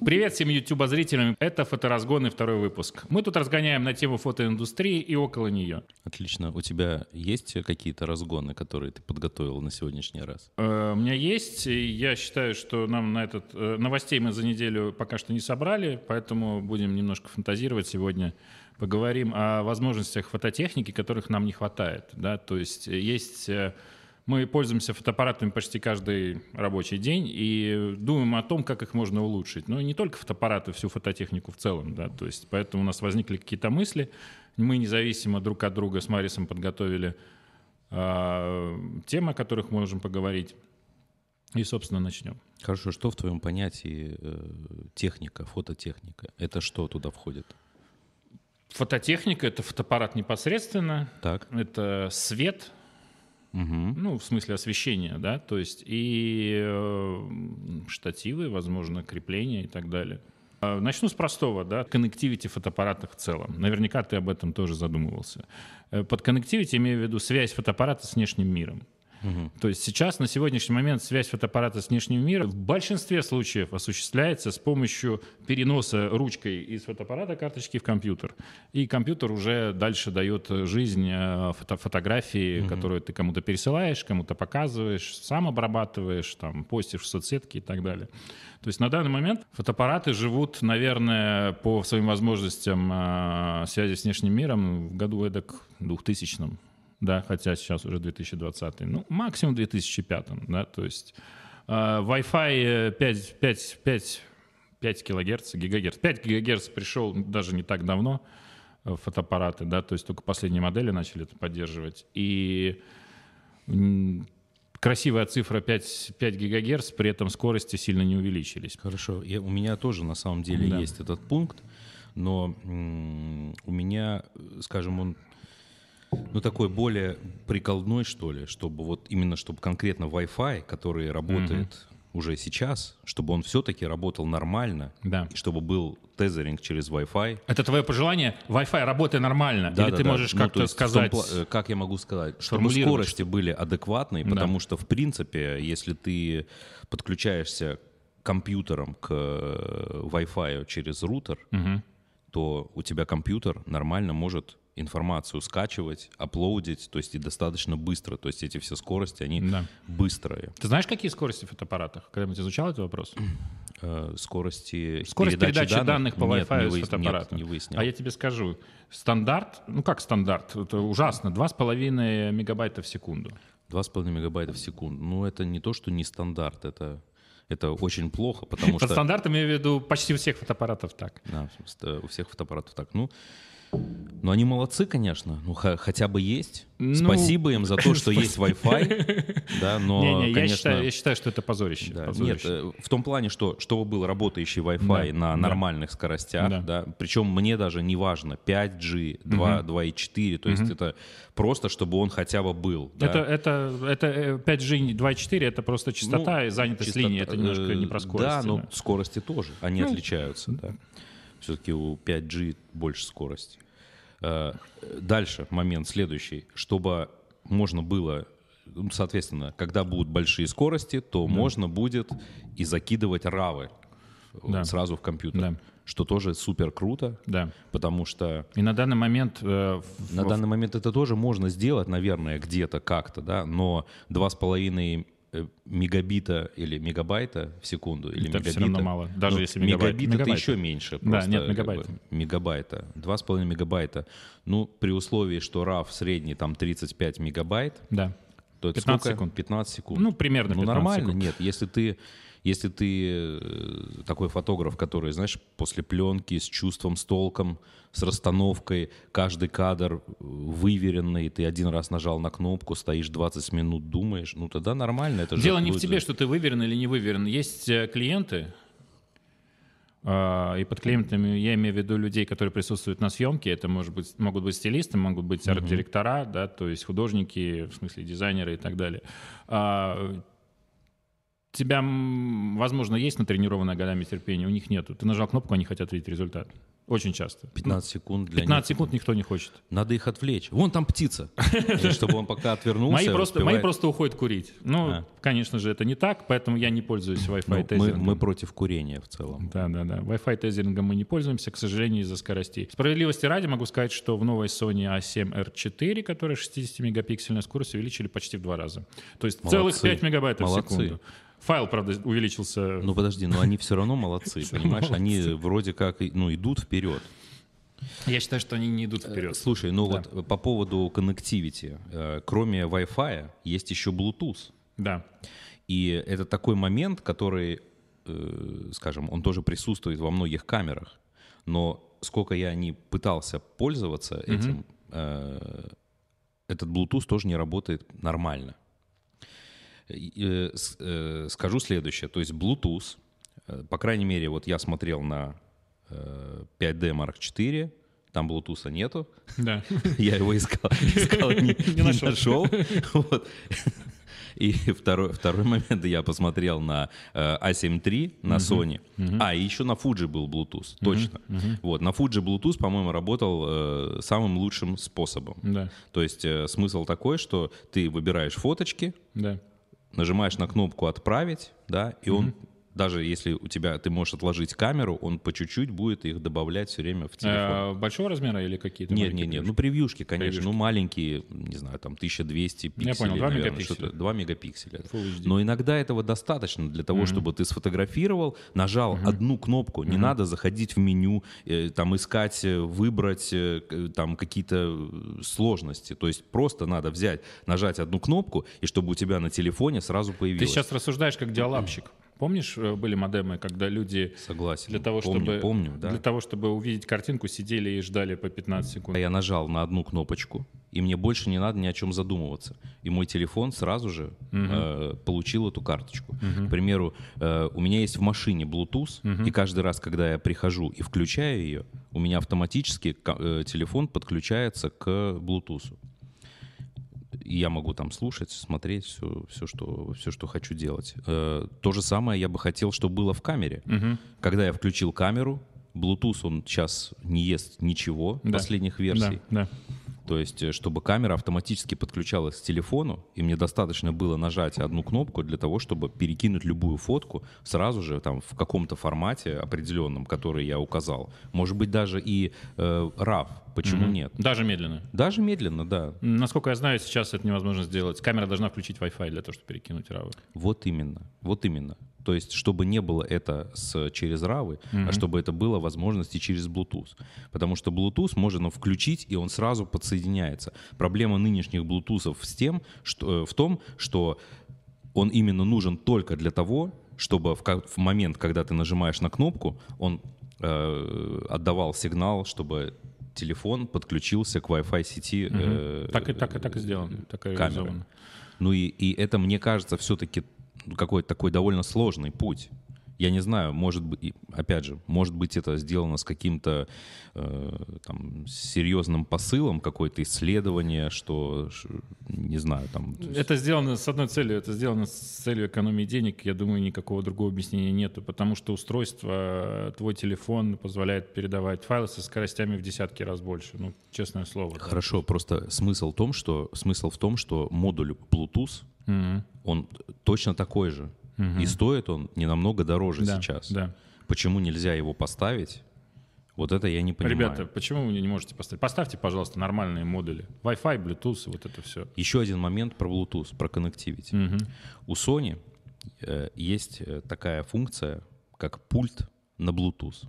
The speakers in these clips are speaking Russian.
Привет всем YouTube-зрителям. Это «Фоторазгоны», второй выпуск. Мы тут разгоняем на тему фотоиндустрии и около нее. Отлично. У тебя есть какие-то разгоны, которые ты подготовил на сегодняшний раз? У меня есть. И я считаю, что нам на этот... Новостей мы за неделю пока что не собрали, поэтому будем немножко фантазировать сегодня. Поговорим о возможностях фототехники, которых нам не хватает. Да? То есть мы пользуемся фотоаппаратами почти каждый рабочий день и думаем о том, как их можно улучшить. Но не только фотоаппараты, всю фототехнику в целом. Да? То есть поэтому у нас возникли какие-то мысли. Мы независимо друг от друга с Марисом подготовили темы, о которых можем поговорить. И, собственно, начнем. Хорошо. Что в твоем понятии техника, фототехника? Это что туда входит? Фототехника — это фотоаппарат непосредственно. Так. Это свет. Ну, в смысле освещения, да, то есть и штативы, возможно, крепления и так далее. Начну с простого, да, коннективити в фотоаппаратах в целом. Наверняка ты об этом тоже задумывался. Под коннективити имею в виду связь фотоаппарата с внешним миром. То есть сейчас, на сегодняшний момент, связь фотоаппарата с внешним миром в большинстве случаев осуществляется с помощью переноса ручкой из фотоаппарата карточки в компьютер. И компьютер уже дальше дает жизнь фотографии, которую ты кому-то пересылаешь, кому-то показываешь, сам обрабатываешь, там, постишь в соцсетки и так далее. То есть на данный момент фотоаппараты живут, наверное, по своим возможностям связи с внешним миром в году эдак 2000-м. Да, хотя сейчас уже 2020, ну, максимум 2005, да, то есть Wi-Fi 5 килогерц, гигагерц. 5 гигагерц пришел даже не так давно в фотоаппараты, да, то есть только последние модели начали это поддерживать. И красивая цифра 5 гигагерц, при этом скорости сильно не увеличились. Хорошо. У меня тоже на самом деле есть этот пункт, но у меня, скажем, он... Ну, такой более прикладной, что ли, чтобы вот именно, чтобы конкретно Wi-Fi, который работает уже сейчас, чтобы он все-таки работал нормально, и чтобы был тезеринг через Wi-Fi. Это твое пожелание? Wi-Fi работает нормально? Да, или ты можешь как-то сказать? Как я могу сказать? Чтобы скорости были адекватные, потому что, в принципе, если ты подключаешься компьютером к Wi-Fi через рутер, то у тебя компьютер нормально может информацию скачивать, аплодить, то есть и достаточно быстро. То есть эти все скорости, они быстрые. Ты знаешь, какие скорости в фотоаппаратах? Когда-нибудь изучал этот вопрос? Скорость передачи данных по Wi-Fi с фотоаппарата. Не выяснял. А я тебе скажу. Стандарт, ну как стандарт? Это ужасно. 2,5 мегабайта в секунду. 2,5 мегабайта в секунду. Ну это не то, что не стандарт, это очень плохо, потому что... Под стандартом я имею в виду почти у всех фотоаппаратов так. Да, у всех фотоаппаратов так. Ну, они молодцы, конечно. Ну, хотя бы есть. Спасибо им за то, что есть Wi-Fi. Да, но, конечно... я считаю, что это позорище. Да, нет, в том плане, что чтобы был работающий Wi-Fi на нормальных скоростях, да, причем мне даже не важно 5G, 2.4, то есть это просто, чтобы он хотя бы был. Да. Это 5G 2.4, это просто частота и занятость линии, это немножко не про скорость. Да, но скорости тоже, они отличаются. Да. Все-таки у 5G больше скорости. Дальше момент следующий. Чтобы можно было, соответственно, когда будут большие скорости, то можно будет и закидывать равы сразу в компьютер. Что тоже супер круто, потому что... И на данный момент... На данный момент это тоже можно сделать, наверное, где-то как-то, да, но 2,5 мегабита или мегабайта в секунду, или это мегабита. Все равно мало, даже если мегабайт. Это еще меньше. Просто, нет, мегабайта. Мегабайта. 2,5 мегабайта. Ну, при условии, что RAW средний там 35 мегабайт, то это 15 сколько? секунд. 15 секунд. Ну, примерно 15 нормально. секунд. Нет, если ты такой фотограф, который, знаешь, после пленки с чувством, с толком, с расстановкой, каждый кадр выверенный, ты один раз нажал на кнопку, стоишь 20 минут, думаешь, ну тогда нормально. Это дело не в тебе, что ты выверен или не выверен. Есть клиенты, и под клиентами я имею в виду людей, которые присутствуют на съемке. Это могут быть стилисты, могут быть арт-директора, да, то есть художники, в смысле дизайнеры и так далее. тебя, возможно, есть натренированное годами терпение, у них нету. Ты нажал кнопку, они хотят видеть результат. Очень часто. 15 секунд для 15 секунд никто не хочет. Надо их отвлечь. Вон там птица. И чтобы он пока отвернулся. Мои просто уходят курить. Ну, конечно же, это не так, поэтому я не пользуюсь Wi-Fi тезерингом. Мы против курения в целом. Да. Wi-Fi тезерингом мы не пользуемся, к сожалению, из-за скоростей. Справедливости ради могу сказать, что в новой Sony A7R4, которая 60-мегапиксельная скорость, увеличили почти в 2 раза. То есть целых 5 мегабайтов в секунду. Файл, правда, увеличился. Ну подожди, но они все равно молодцы, понимаешь? Они вроде как идут вперед. Я считаю, что они не идут вперед. Слушай, вот по поводу connectivity, кроме Wi-Fi есть еще Bluetooth. Да. И это такой момент, который, скажем, он тоже присутствует во многих камерах. Но сколько я не пытался пользоваться этим, этот Bluetooth тоже не работает нормально. Скажу следующее, то есть Bluetooth, по крайней мере, вот я смотрел на 5D Mark IV, там Bluetooth нету, да. Я его искал не нашел. Вот. И второй момент, я посмотрел на A7 III на Sony, и еще на Fuji был Bluetooth, точно. Вот, на Fuji Bluetooth, по-моему, работал самым лучшим способом. Да. То есть смысл такой, что ты выбираешь фоточки, да. Нажимаешь на кнопку «Отправить», да, и он, даже если у тебя, ты можешь отложить камеру, он по чуть-чуть будет их добавлять все время в телефон. Большого размера или какие-то? Нет, ну превьюшки, конечно, ну маленькие, не знаю, там 1200 пикселей. Я понял, 2 наверное, мегапикселя. 2 мегапикселя. Но иногда этого достаточно для того, чтобы ты сфотографировал, нажал одну кнопку, не надо заходить в меню, там искать, выбрать там какие-то сложности. То есть просто надо взять, нажать одну кнопку, и чтобы у тебя на телефоне сразу появилось. Ты сейчас рассуждаешь как диалабщик. Помнишь, были модемы, когда люди Согласен. для того, Помню, да. для того, чтобы увидеть картинку, сидели и ждали по 15 секунд? Я нажал на одну кнопочку, и мне больше не надо ни о чем задумываться. И мой телефон сразу же получил эту карточку. К примеру, у меня есть в машине Bluetooth, и каждый раз, когда я прихожу и включаю ее, у меня автоматически телефон подключается к Bluetooth. И я могу там слушать, смотреть все, что хочу делать. То же самое я бы хотел, чтобы было в камере. Когда я включил камеру, Bluetooth, он сейчас не ест ничего последних версий. Да. То есть, чтобы камера автоматически подключалась к телефону, и мне достаточно было нажать одну кнопку для того, чтобы перекинуть любую фотку сразу же там в каком-то формате определенном, который я указал. Может быть, даже и RAW. Почему нет? Даже медленно? Даже медленно, да. Насколько я знаю, сейчас это невозможно сделать. Камера должна включить Wi-Fi для того, чтобы перекинуть RAW. Вот именно. То есть, чтобы не было это через RAW, а чтобы это было возможности через Bluetooth. Потому что Bluetooth можно включить, и он сразу подсоединяется. Проблема нынешних Bluetooth'ов в том, что он именно нужен только для того, чтобы в момент, когда ты нажимаешь на кнопку, он отдавал сигнал, чтобы телефон подключился к Wi-Fi сети. Так и сделано, так и реализовано. Ну и это, мне кажется, все-таки какой-то такой довольно сложный путь. Я не знаю, может быть, опять же, может быть, это сделано с каким-то там серьезным посылом, какое-то исследование, что, не знаю, там... Это сделано с одной целью, это сделано с целью экономии денег. Я думаю, никакого другого объяснения нету, потому что устройство, твой телефон позволяет передавать файлы со скоростями в десятки раз больше. Ну, честное слово. Хорошо, да. Просто смысл в том, что модуль Bluetooth, он точно такой же. И стоит он не намного дороже сейчас. Да. Почему нельзя его поставить? Вот это я не понимаю. Ребята, почему вы не можете поставить? Поставьте, пожалуйста, нормальные модули. Wi-Fi, Bluetooth, вот это все. Еще один момент про Bluetooth, про connectivity. У Sony есть такая функция, как пульт на Bluetooth.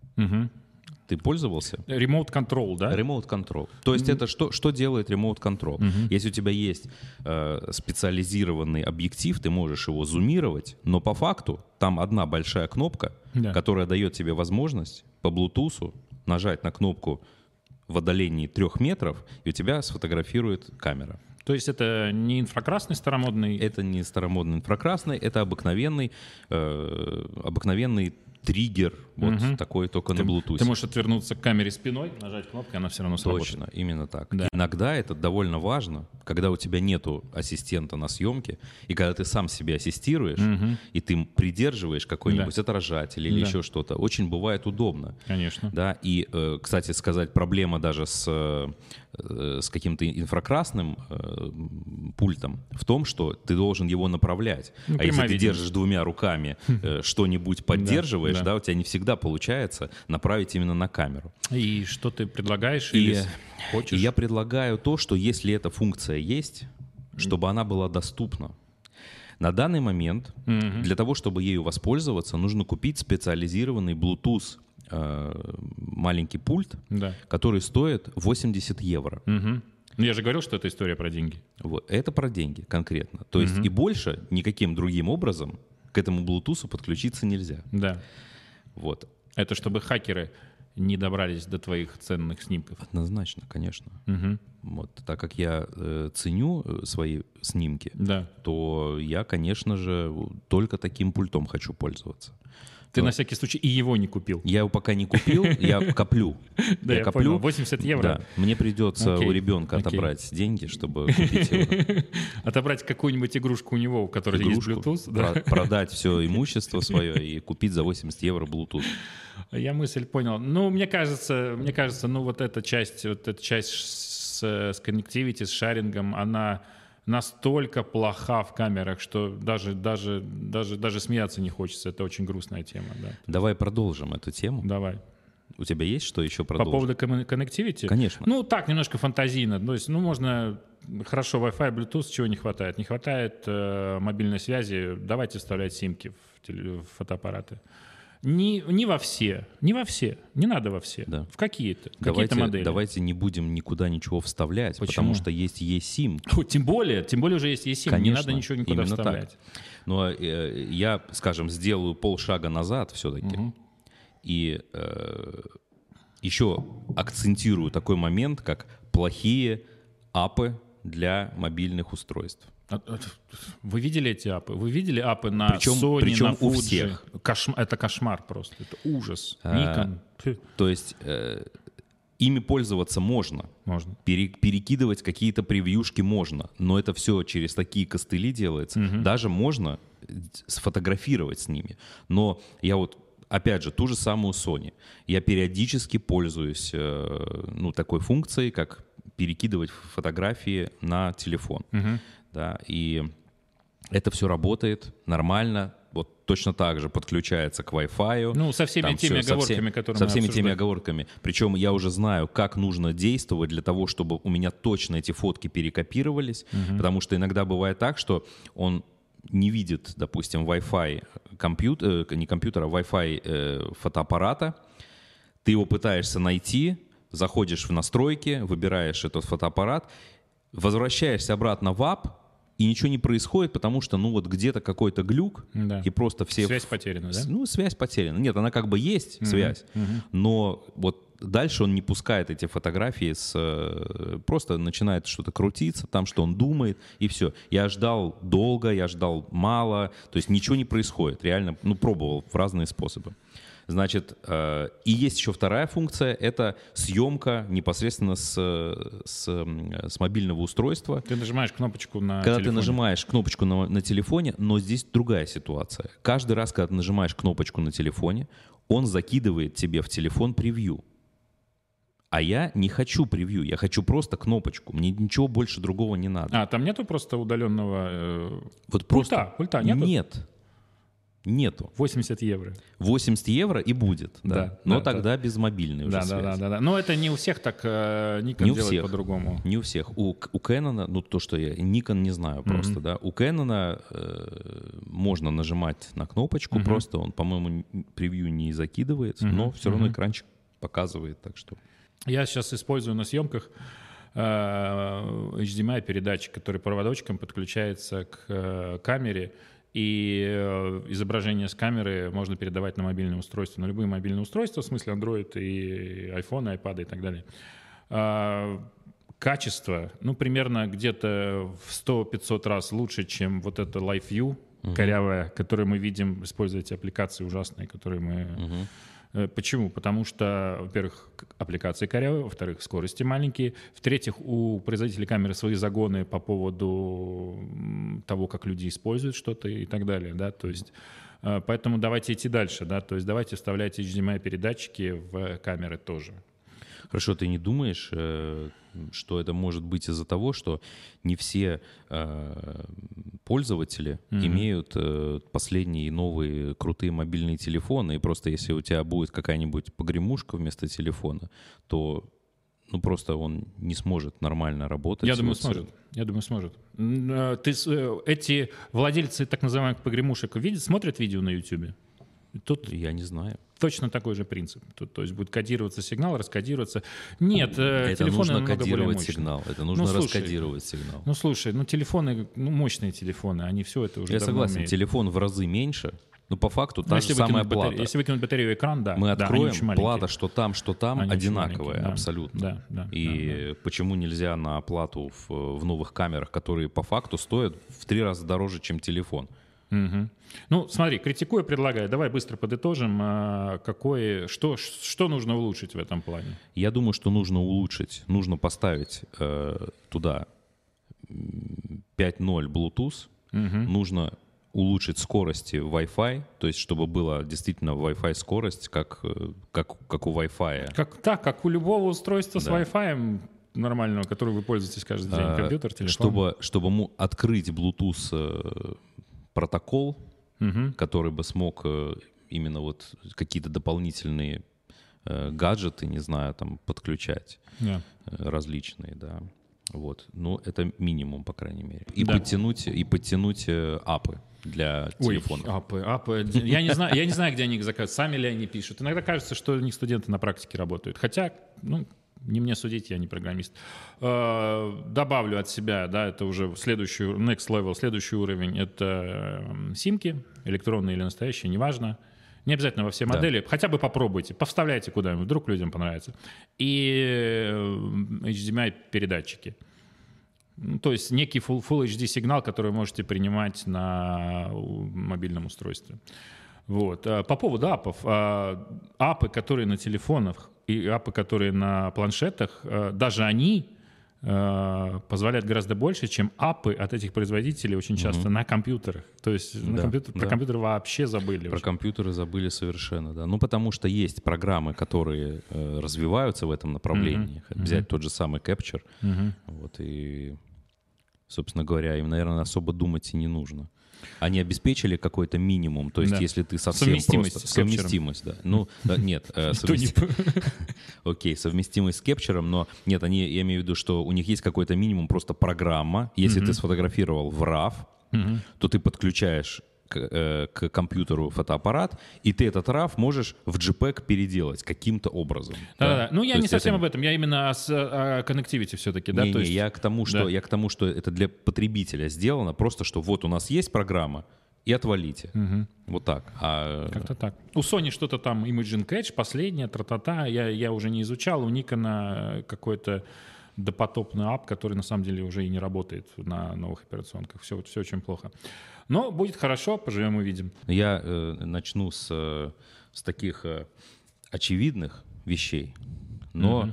Ты пользовался? Remote Control, да? Remote Control. То есть это что делает Remote Control? Если у тебя есть специализированный объектив, ты можешь его зумировать, но по факту там одна большая кнопка, которая дает тебе возможность по Bluetooth нажать на кнопку в отдалении 3 метров, и у тебя сфотографирует камера. То есть это не инфракрасный старомодный? Это не старомодный инфракрасный, это обыкновенный триггер вот такой только на Bluetooth. Ты можешь отвернуться к камере спиной, нажать кнопку, она все равно сработает. Точно, именно так. Да. Иногда это довольно важно, когда у тебя нету ассистента на съемке, и когда ты сам себя ассистируешь, и ты придерживаешь какой-нибудь отражатель или еще что-то, очень бывает удобно. Конечно. Да? И, кстати сказать, проблема даже с каким-то инфракрасным пультом в том, что ты должен его направлять. А если ты держишь двумя руками что-нибудь поддерживаешь, да, у тебя не всегда получается направить именно на камеру. И что ты предлагаешь или хочешь? И я предлагаю то, что если эта функция есть, чтобы она была доступна. На данный момент для того, чтобы ею воспользоваться, нужно купить специализированный Bluetooth маленький пульт, который стоит 80 евро. Ну, я же говорил, что это история про деньги. Вот. Это про деньги конкретно. То есть и больше никаким другим образом к этому Bluetooth подключиться нельзя. Да. Вот. Это чтобы хакеры не добрались до твоих ценных снимков. Однозначно, конечно. Вот. Так как я ценю свои снимки, то я, конечно же, только таким пультом хочу пользоваться. Ты на всякий случай и его не купил? Я его пока не купил, я коплю. Да, я понял. 80 евро? Да. Мне придется у ребенка отобрать деньги, чтобы купить его. Отобрать какую-нибудь игрушку у него, у которой есть Bluetooth? Продать все имущество свое и купить за 80 евро Bluetooth. Я мысль понял. Ну, мне кажется, ну вот эта часть с connectivity, с шарингом, она настолько плоха в камерах, что даже смеяться не хочется. Это очень грустная тема. Да. Давай продолжим эту тему. Давай. У тебя есть что еще продолжить? По поводу connectivity? Конечно. Ну, так, немножко фантазийно. То есть, можно... Хорошо, Wi-Fi, Bluetooth, чего не хватает? Не хватает мобильной связи. Давайте вставлять симки в фотоаппараты. Не во все. Не надо во все. Да. В какие-то модели. Давайте не будем никуда ничего вставлять, потому что есть eSIM. Тем более уже есть eSIM. Конечно, не надо ничего никуда вставлять. Так. Но я, скажем, сделаю полшага назад все-таки. И еще акцентирую такой момент, как плохие апы для мобильных устройств. Вы видели эти апы? Вы видели апы на Sony, причем на Fuji? у всех. Это кошмар просто. Это ужас. Nikon. То есть ими пользоваться можно. Можно. Перекидывать какие-то превьюшки можно. Но это все через такие костыли делается. Даже можно сфотографировать с ними. Но я вот, опять же, ту же самую Sony. Я периодически пользуюсь такой функцией, как перекидывать фотографии на телефон. Да, и это все работает нормально. Вот точно так же подключается к Wi-Fi. Ну, со всеми теми оговорками, которые мы со всеми обсуждали. теми оговорками. Причем я уже знаю, как нужно действовать для того, чтобы у меня точно эти фотки перекопировались. Потому что иногда бывает так, что он не видит, допустим, Wi-Fi не компьютера, а Wi-Fi фотоаппарата. Ты его пытаешься найти, заходишь в настройки, выбираешь этот фотоаппарат, возвращаешься обратно в ап, и ничего не происходит, потому что, где-то какой-то глюк, и просто все... Связь потеряна, да? Связь потеряна. Нет, она как бы есть, связь, но вот дальше он не пускает эти фотографии, просто начинает что-то крутиться, там, что он думает, и все. Я ждал долго, я ждал мало, то есть ничего не происходит, реально, пробовал в разные способы. Значит, и есть еще вторая функция, это съемка непосредственно с мобильного устройства. Ты нажимаешь кнопочку на телефоне. Когда ты нажимаешь кнопочку на телефоне, но здесь другая ситуация. Каждый раз, когда ты нажимаешь кнопочку на телефоне, он закидывает тебе в телефон превью. А я не хочу превью, я хочу просто кнопочку. Мне ничего больше другого не надо. Там нету просто удаленного пульта нету? Нету. 80 евро. 80 евро и будет, да. Но да, тогда без мобильной уже связи. Да. Но это не у всех так, Nikon делает по-другому. Не у всех. У Canon, то, что я Nikon не знаю просто, да. У Canon можно нажимать на кнопочку просто, он, по-моему, превью не закидывает, но все равно экранчик показывает, так что... Я сейчас использую на съемках HDMI-передатчик, который проводочком подключается к камере, и изображение с камеры можно передавать на мобильное устройство, на любые мобильные устройства, в смысле Android и iPhone, iPad и так далее. Качество, примерно где-то в 100-500 раз лучше, чем вот это Live View, корявая, которую мы видим, используя эти аппликации ужасные, которые мы... Почему? Потому что, во-первых, аппликации корявые, во-вторых, скорости маленькие, в-третьих, у производителей камеры свои загоны по поводу того, как люди используют что-то и так далее, да, то есть поэтому давайте идти дальше, да, то есть давайте вставлять HDMI-передатчики в камеры тоже. Хорошо, ты не думаешь, что это может быть из-за того, что не все пользователи имеют последние новые крутые мобильные телефоны, и просто если у тебя будет какая-нибудь погремушка вместо телефона, то просто он не сможет нормально работать. Я думаю, сможет. Эти владельцы так называемых погремушек смотрят видео на YouTube? Тут я не знаю. Точно такой же принцип. То есть будет кодироваться сигнал, раскодироваться. Нет, это телефоны нужно намного более кодировать мощные. сигнал. Это нужно раскодировать сигнал. Слушай, телефоны, мощные телефоны, они все это уже Я давно согласен, умеют. телефон в разы меньше, но по факту та же самая плата. Если выкинуть батарею и экран, да. Мы откроем, они плата что там, они одинаковая да. абсолютно. Да, и почему нельзя на плату в новых камерах, которые по факту стоят в 3 раза дороже, чем телефон? Угу. Смотри, критикую, предлагаю. Давай быстро подытожим, что нужно улучшить в этом плане. Я думаю, что нужно улучшить, нужно поставить туда 5.0 Bluetooth, нужно улучшить скорости Wi-Fi, то есть чтобы была действительно Wi-Fi скорость, как у Wi-Fi. Как у любого устройства с Wi-Fi нормального, которым вы пользуетесь каждый день, компьютер, телефон. Чтобы открыть Bluetooth протокол, который бы смог именно вот какие-то дополнительные гаджеты, не знаю, там подключать различные, да. Вот. Это минимум, по крайней мере. И подтянуть апы для телефона. Апы. Я не знаю, где они их заказывают, сами ли они пишут. Иногда кажется, что у них студенты на практике работают. Хотя, не мне судить, я не программист. Добавлю от себя, да, это уже следующий next level, следующий уровень. Это симки, электронные или настоящие, неважно. Не обязательно во все модели. Хотя бы попробуйте, повставляйте куда-нибудь, вдруг людям понравится. И HDMI-передатчики. То есть некий Full HD сигнал, который вы можете принимать на мобильном устройстве. Вот. По поводу апов. Апы, которые на телефонах, и апы, которые на планшетах, даже они позволяют гораздо больше, чем апы от этих производителей очень часто на компьютерах. То есть про компьютеры вообще забыли. Про компьютеры забыли совершенно, да. Потому что есть программы, которые развиваются в этом направлении. Взять тот же самый Capture. И, собственно говоря, им, наверное, особо думать и не нужно. Они обеспечили какой-то минимум, то есть если ты совсем просто... Совместимость, да. Нет, окей, совместимость с кепчером, но нет, я имею в виду, что у них есть какой-то минимум, просто программа. Если ты сфотографировал в RAW, то ты подключаешь к компьютеру фотоаппарат, и ты этот RAW можешь в JPEG переделать каким-то образом. Да. Я не совсем об этом, я именно о connectivity все-таки. Да? Я к тому, что это для потребителя сделано, просто что вот у нас есть программа, и отвалите. Вот так. Как-то так. У Sony что-то там, Imaging Catch, последняя, тра-та-та, я уже не изучал, у Nikon какой-то допотопный ап, который на самом деле уже и не работает на новых операционках. Все очень плохо. Но будет хорошо, поживем увидим. Я начну с таких очевидных вещей, но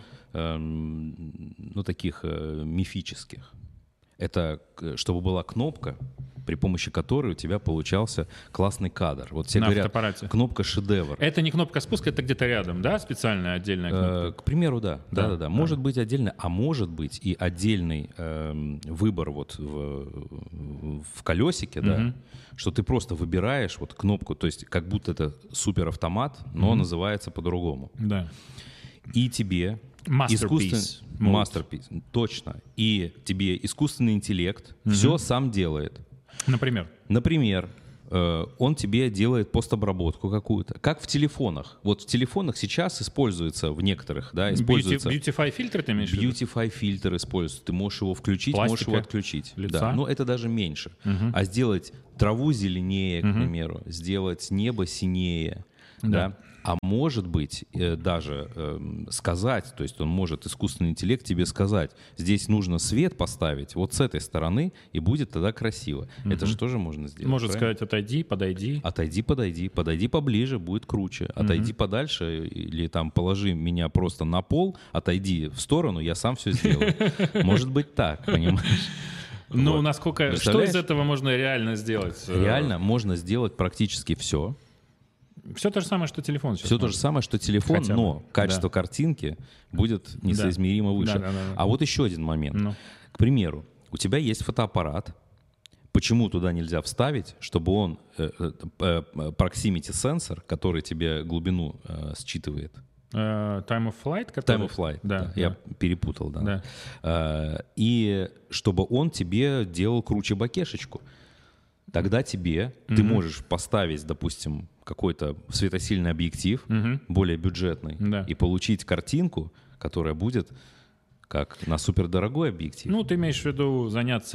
таких мифических. Это чтобы была кнопка, при помощи которой у тебя получался классный кадр. Вот все говорят, фотоаппарате. Кнопка шедевр. Это не кнопка спуска, это где-то рядом, да? Специальная отдельная кнопка? К примеру, да. Может быть отдельно, а может быть и отдельный выбор вот в колесике, да, что ты просто выбираешь вот кнопку, то есть как будто это суперавтомат, но называется по-другому. Да. И тебе Masterpiece, точно. И тебе искусственный интеллект все сам делает. Например, он тебе делает постобработку какую-то. Как в телефонах. Вот в телефонах сейчас используется в некоторых, да, используется... Beautify фильтр ты имеешь в виду? Beautify фильтр используется. Ты можешь его включить, можешь его отключить. Лица. Да. Но это даже меньше. А сделать траву зеленее, к примеру, сделать небо синее, да. А может быть, даже сказать, то есть он может, искусственный интеллект тебе сказать, здесь нужно свет поставить вот с этой стороны, и будет тогда красиво. Это же тоже можно сделать. Может правильно? сказать, отойди, подойди. Отойди, подойди поближе, будет круче. Отойди подальше или там положи меня просто на пол, отойди в сторону, я сам все сделаю. Может быть так, понимаешь? Ну, Вот. насколько... Что из этого можно реально сделать? Реально можно сделать практически все. Все то же самое, что телефон сейчас Все то же может. самое, что телефон, Хотя бы. но качество картинки будет несоизмеримо выше. Да. А вот еще один момент. Ну. К примеру, у тебя есть фотоаппарат. Почему туда нельзя вставить, чтобы он proximity сенсор, который тебе глубину считывает? Time of Flight? Который... Time of Flight, Да. Я перепутал, да. И чтобы он тебе делал круче бакешечку. Тогда тебе ты можешь поставить, допустим, какой-то светосильный объектив, более бюджетный, и получить картинку, которая будет как на супердорогой объектив. Ну, ты имеешь в виду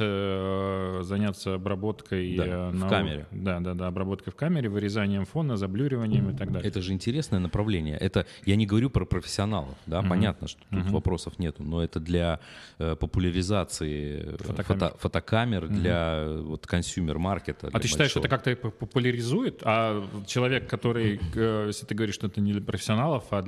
заняться обработкой в камере. Да, обработкой в камере, вырезанием фона, заблюриванием и так далее. Это же интересное направление. Это я не говорю про профессионалов, да, понятно, что тут вопросов нету, но это для популяризации фотокамер для вот консюмер-маркета. А ты считаешь, что это как-то популяризует? А человек, который, если ты говоришь, что это не для профессионалов, а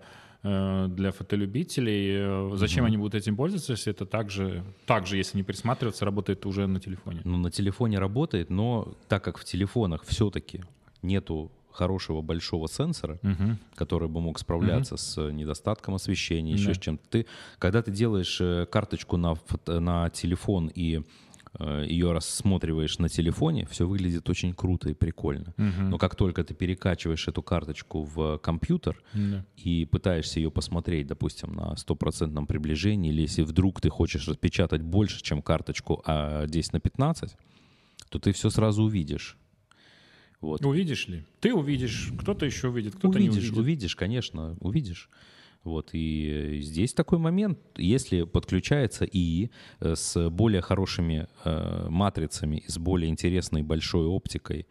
для фотолюбителей, зачем они будут этим пользоваться, если это также, если не присматриваться, работает уже на телефоне? Ну, на телефоне работает, но так как в телефонах все-таки нету хорошего большого сенсора, который бы мог справляться с недостатком освещения, еще с чем-то. Когда ты делаешь карточку на телефон и ее рассматриваешь на телефоне, все выглядит очень круто и прикольно. Но как только ты перекачиваешь эту карточку в компьютер и пытаешься ее посмотреть, допустим, на 100% приближении, или если вдруг ты хочешь распечатать больше, чем карточку, а 10/15, то ты все сразу увидишь. Вот. Увидишь ли? Ты увидишь, кто-то еще увидит, кто-то не увидит. Увидишь, конечно, увидишь. Вот, и здесь такой момент, если подключается ИИ с более хорошими матрицами, с более интересной большой оптикой,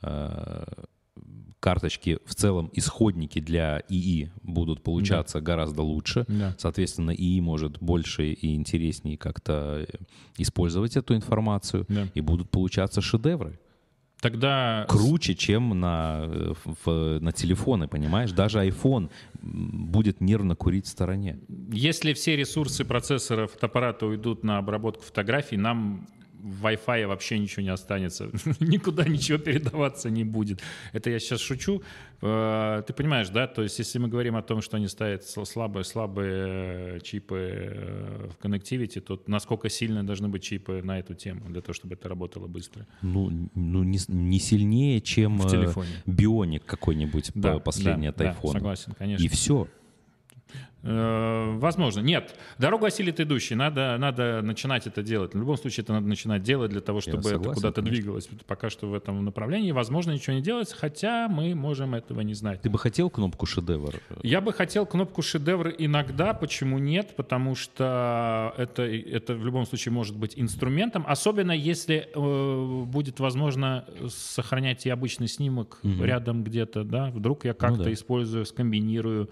карточки в целом, исходники для ИИ будут получаться гораздо лучше. Соответственно, ИИ может больше и интереснее как-то использовать эту информацию, и будут получаться шедевры. Тогда... Круче, чем на телефоны, понимаешь? Даже iPhone будет нервно курить в стороне. Если все ресурсы процессора фотоаппарата уйдут на обработку фотографий, нам в Wi-Fi вообще ничего не останется. Никуда ничего передаваться не будет. Это я сейчас шучу. Ты понимаешь, да? То есть если мы говорим о том, что они ставят слабые чипы в connectivity, то насколько сильно должны быть чипы на эту тему для того, чтобы это работало быстро? Ну не сильнее, чем в телефоне. Бионик какой-нибудь последний от iPhone. Да, согласен, конечно. И все. Возможно. Нет. Дорогу осилит идущий. Надо начинать это делать. В любом случае это надо начинать делать для того, чтобы это куда-то двигалось. Пока что в этом направлении. Возможно, ничего не делать, хотя мы можем этого не знать. Ты бы хотел кнопку «Шедевр»? Я бы хотел кнопку «Шедевр» иногда. Почему нет? Потому что это в любом случае может быть инструментом. Особенно если будет возможно сохранять и обычный снимок рядом где-то. Да? Вдруг я как-то использую, скомбинирую.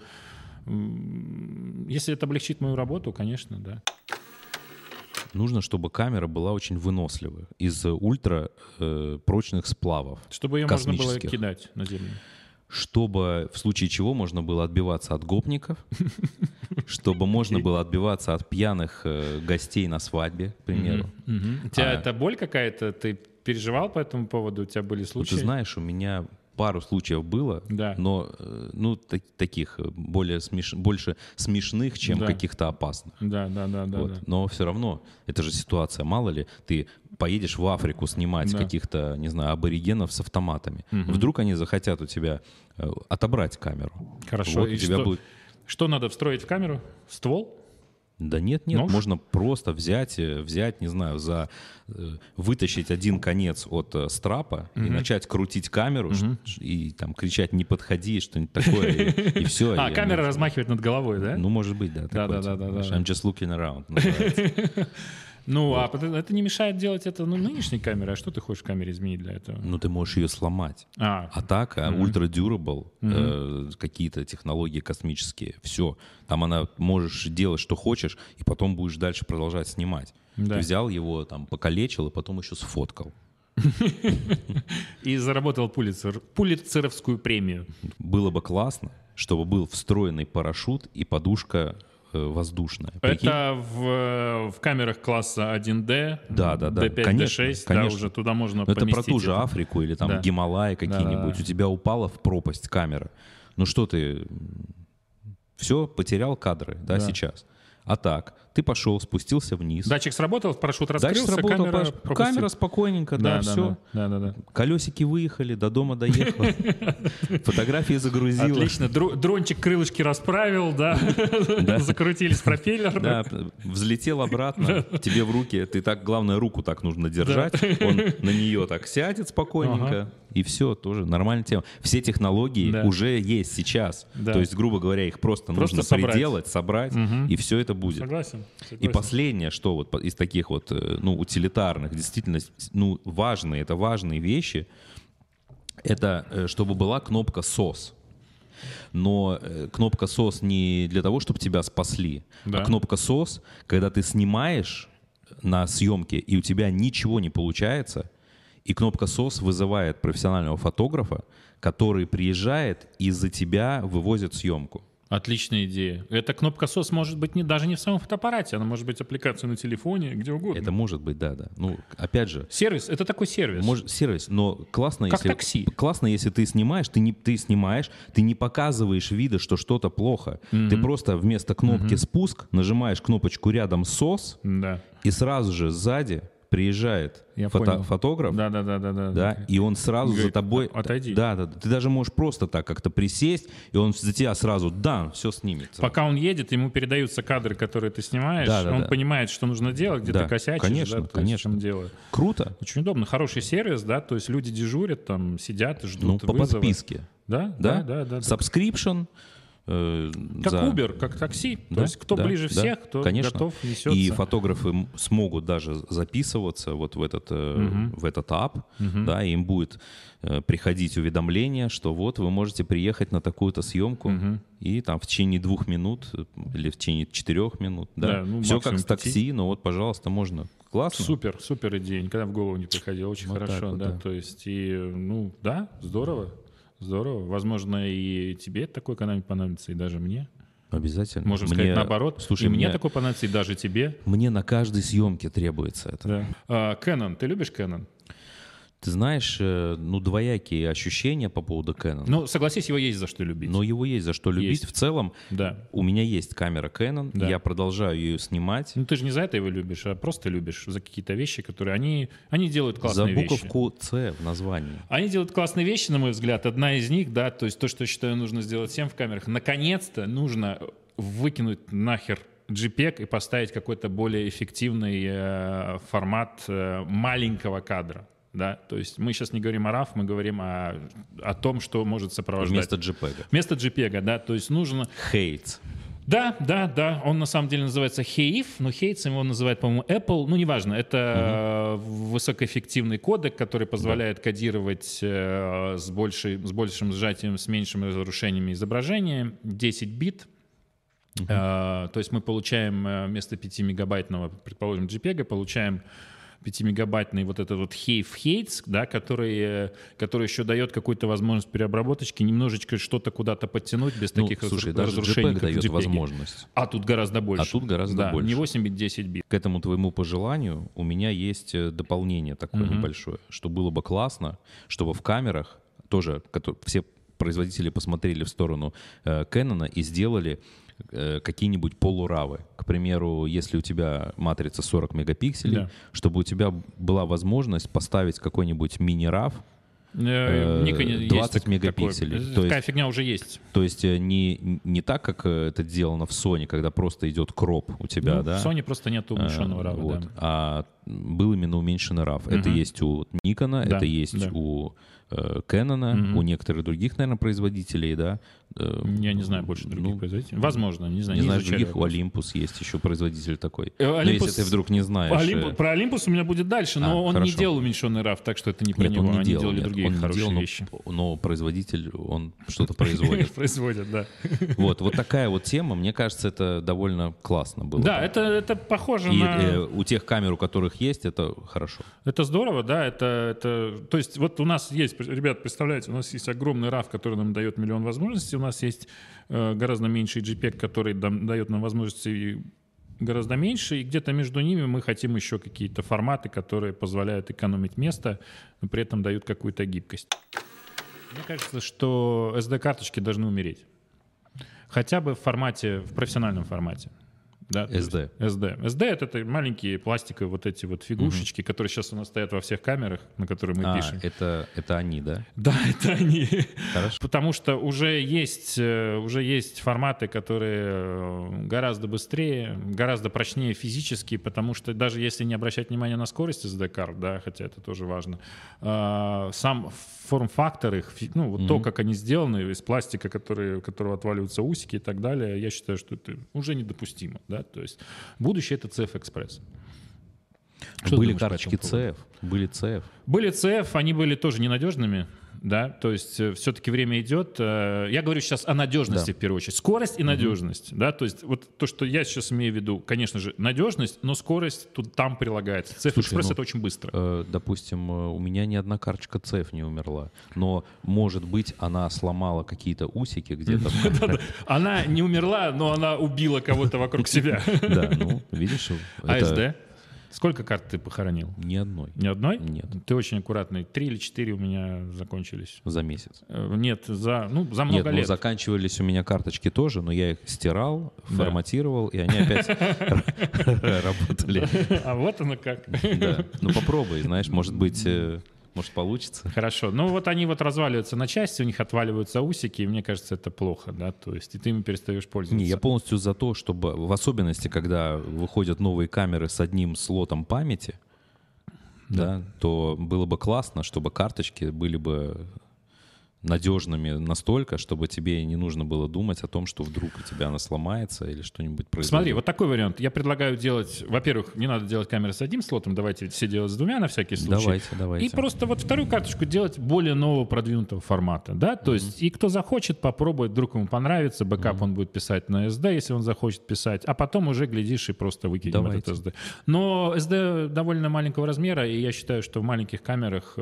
Если это облегчит мою работу, конечно, да. Нужно, чтобы камера была очень выносливая, из ультрапрочных сплавов. Чтобы ее можно было кидать на землю. Чтобы в случае чего можно было отбиваться от гопников, чтобы можно было отбиваться от пьяных гостей на свадьбе, к примеру. У тебя это боль какая-то? Ты переживал по этому поводу? У тебя были случаи? Ты знаешь, у меня пару случаев было, но таких больше смешных, чем каких-то опасных. Да. Но все равно, это же ситуация, мало ли, ты поедешь в Африку снимать каких-то, не знаю, аборигенов с автоматами. Вдруг они захотят у тебя отобрать камеру. Хорошо, и что надо встроить в камеру? Ствол? Да нет, можно просто взять, не знаю, вытащить один конец от страпа и начать крутить камеру и там кричать «не подходи», что-нибудь такое, и все. Камера размахивает над головой, да? Ну, может быть, да. Да. I'm just looking around. Ну, вот. А это не мешает делать это нынешней камерой. А что ты хочешь в камере изменить для этого? Ну, ты можешь ее сломать. А так, Ultra Durable, какие-то технологии космические, все. Там она можешь делать, что хочешь, и потом будешь дальше продолжать снимать. Да. Ты взял его, там, покалечил, и потом еще сфоткал. И заработал пулитцеровскую премию. Было бы классно, чтобы был встроенный парашют и подушка воздушная. Это в камерах класса 1D, да. D5, конечно, D6, конечно. Да, уже туда можно поместить. Это про ту же это. Африку или там Гималаи какие-нибудь. У тебя упала в пропасть камера. Ну что ты... Все, потерял кадры, сейчас. А так, ты пошел, спустился вниз. Датчик сработал, парашют раскрылся, камера спокойненько, все. Да. Колесики выехали, до дома доехал. Фотографии загрузил. Отлично. Дрончик крылышки расправил, закрутились пропеллер. Да, взлетел обратно, тебе в руки. Главное, руку так нужно держать. Он на нее так сядет спокойненько. И все, тоже нормальная тема. Все технологии уже есть сейчас. То есть, грубо говоря, их просто нужно приделать, собрать, и все это будет. Согласен. И последнее, что вот из таких вот, утилитарных, действительно, важные вещи, это чтобы была кнопка SOS. Но кнопка SOS не для того, чтобы тебя спасли, а кнопка SOS, когда ты снимаешь на съемке, и у тебя ничего не получается, и кнопка SOS вызывает профессионального фотографа, который приезжает и за тебя вывозит съемку. Отличная идея. Эта кнопка SOS может быть даже не в самом фотоаппарате, она может быть аппликация на телефоне, где угодно. Это может быть, да. Ну, опять же... Сервис, это такой сервис. Сервис, но классно, как такси. Классно, если ты снимаешь, ты не показываешь вида, что что-то плохо. Ты просто вместо кнопки «спуск» нажимаешь кнопочку рядом «SOS», и сразу же сзади приезжает фотограф, и он сразу за тобой... Отойди. Да. Ты даже можешь просто так как-то присесть, и он за тебя сразу, все снимется. Пока он едет, ему передаются кадры, которые ты снимаешь, он понимает, что нужно делать, где ты косячишь. Конечно. Дело. Круто. Очень удобно. Хороший сервис, то есть люди дежурят, там сидят и ждут по вызова. подписке. Да. Subscription. Как Uber, как такси. То есть кто ближе всех, кто готов, несется. И фотографы смогут даже записываться вот в этот ап, и им будет приходить уведомление, что вот вы можете приехать на такую-то съемку, и там в течение 2 минут или в течение 4 минут. Все как с такси, но вот, пожалуйста, можно. Классно. Супер идея. Никогда в голову не приходило. Очень хорошо. То есть, здорово. Здорово. Возможно, и тебе такой когда-нибудь понадобится, и даже мне. Обязательно. Можем сказать наоборот. Слушай, и мне такой понадобится, и даже тебе. Мне на каждой съемке требуется это. Да. Canon. Ты любишь Canon? Ты знаешь, двоякие ощущения по поводу Canon. Ну, согласись, его есть за что любить. Но его есть за что любить. В целом, у меня есть камера Canon, я продолжаю ее снимать. Ну, ты же не за это его любишь, а просто любишь за какие-то вещи, которые они делают классные вещи. За буковку «С» в названии. Они делают классные вещи, на мой взгляд. Одна из них, то есть то, что, считаю, нужно сделать всем в камерах. Наконец-то нужно выкинуть нахер JPEG и поставить какой-то более эффективный формат маленького кадра. То есть мы сейчас не говорим о RAW, мы говорим о том, что может сопровождать. Вместо JPEG, то есть нужно... Heights. Да, он на самом деле называется HEIF, но Heights его называет, по-моему, Apple, неважно, это высокоэффективный кодек, который позволяет кодировать с большим сжатием, с меньшими разрушениями изображения, 10 бит. То есть мы получаем вместо 5-мегабайтного, предположим, JPEG, получаем 5-мегабайтный вот этот вот Heights, который еще дает какую-то возможность переобработочки, немножечко что-то куда-то подтянуть без таких разрушений. Даже JPEG дает возможность. А тут гораздо больше. больше. Не 8 бит, 10 бит. К этому твоему пожеланию у меня есть дополнение такое небольшое, что было бы классно, чтобы в камерах тоже все производители посмотрели в сторону Canon и сделали какие-нибудь полуравы. К примеру, если у тебя матрица 40 мегапикселей, чтобы у тебя была возможность поставить какой-нибудь мини-рав 20 мегапикселей. Такая фигня уже есть. То есть не так, как это сделано в Sony, когда просто идет кроп у тебя, В Sony просто нет умышленного рава. А был именно уменьшенный RAW. Это есть у Nikon, Да, это есть да. у Canon, у некоторых других, наверное, производителей, да. Я не знаю больше других производителей. Возможно, не знаю. Не знаю, изучали других. У вопрос. Olympus есть еще производитель такой. Olympus- Но если ты вдруг не знаешь... Про Olympus у меня будет дальше, но он не хорошо. делал уменьшенный RAW, так что это не про Нет, него. он не Они делал, делали нет, другие он не хорошие делал, вещи. но производитель, он что-то производит. Производят, да. Вот такая вот тема, мне кажется, это довольно классно было. Да, это похоже И на... у тех камер, у которых есть, это хорошо. Это здорово, да, То есть вот у нас есть, ребят, представляете, у нас есть огромный RAW, который нам дает миллион возможностей, у нас есть гораздо меньший JPEG, который дает нам возможности гораздо меньше, и где-то между ними мы хотим еще какие-то форматы, которые позволяют экономить место, но при этом дают какую-то гибкость. Мне кажется, что SD-карточки должны умереть. Хотя бы в профессиональном формате. Да, SD. SD — это маленькие пластиковые вот эти вот фигушечки, которые сейчас у нас стоят во всех камерах, на которые мы пишем. Это они, да? Да, это они. Хорошо. Потому что уже есть форматы, которые гораздо быстрее, гораздо прочнее физически, потому что даже если не обращать внимания на скорость SD-карт, да, хотя это тоже важно, сам форм-фактор их, то, как они сделаны из пластика, которого отваливаются усики и так далее, я считаю, что это уже недопустимо, да, то есть будущее — это CF-экспресс. Были карточки CF, были CF. Были CF, они были тоже ненадежными, да, то есть все-таки время идет. Я говорю сейчас о надежности, да, в первую очередь. Скорость и надежность, да, то есть вот то, что я сейчас имею в виду, конечно же, надежность, но скорость там прилагается. CF-экспресс — это очень быстро. Допустим, у меня ни одна карточка CF не умерла, но, может быть, она сломала какие-то усики где-то. Она не умерла, но она убила кого-то вокруг себя. Да, видишь. АСД? Сколько карт ты похоронил? Ни одной. Ни одной? Нет. Ты очень аккуратный. 3 или 4 у меня закончились. За месяц? Нет, за много лет. Заканчивались у меня карточки тоже, но я их стирал, форматировал, и они опять работали. А вот оно как. Да. Попробуй, знаешь, может быть, может получится. Хорошо. Вот они разваливаются на части, у них отваливаются усики, и мне кажется, это плохо, да, то есть и ты ими перестаешь пользоваться. Я полностью за то, чтобы, в особенности, когда выходят новые камеры с одним слотом памяти, да, то было бы классно, чтобы карточки были бы надежными настолько, чтобы тебе не нужно было думать о том, что вдруг у тебя она сломается или что-нибудь произойдет. Смотри, вот такой вариант. Я предлагаю делать, во-первых, не надо делать камеры с одним слотом, давайте все делать с двумя на всякий случай. Давайте. И просто вторую карточку делать более нового продвинутого формата, да, то есть и кто захочет, попробует, вдруг ему понравится, бэкап он будет писать на SD, если он захочет писать, а потом уже, глядишь, и просто выкинем этот SD. Но SD довольно маленького размера, и я считаю, что в маленьких камерах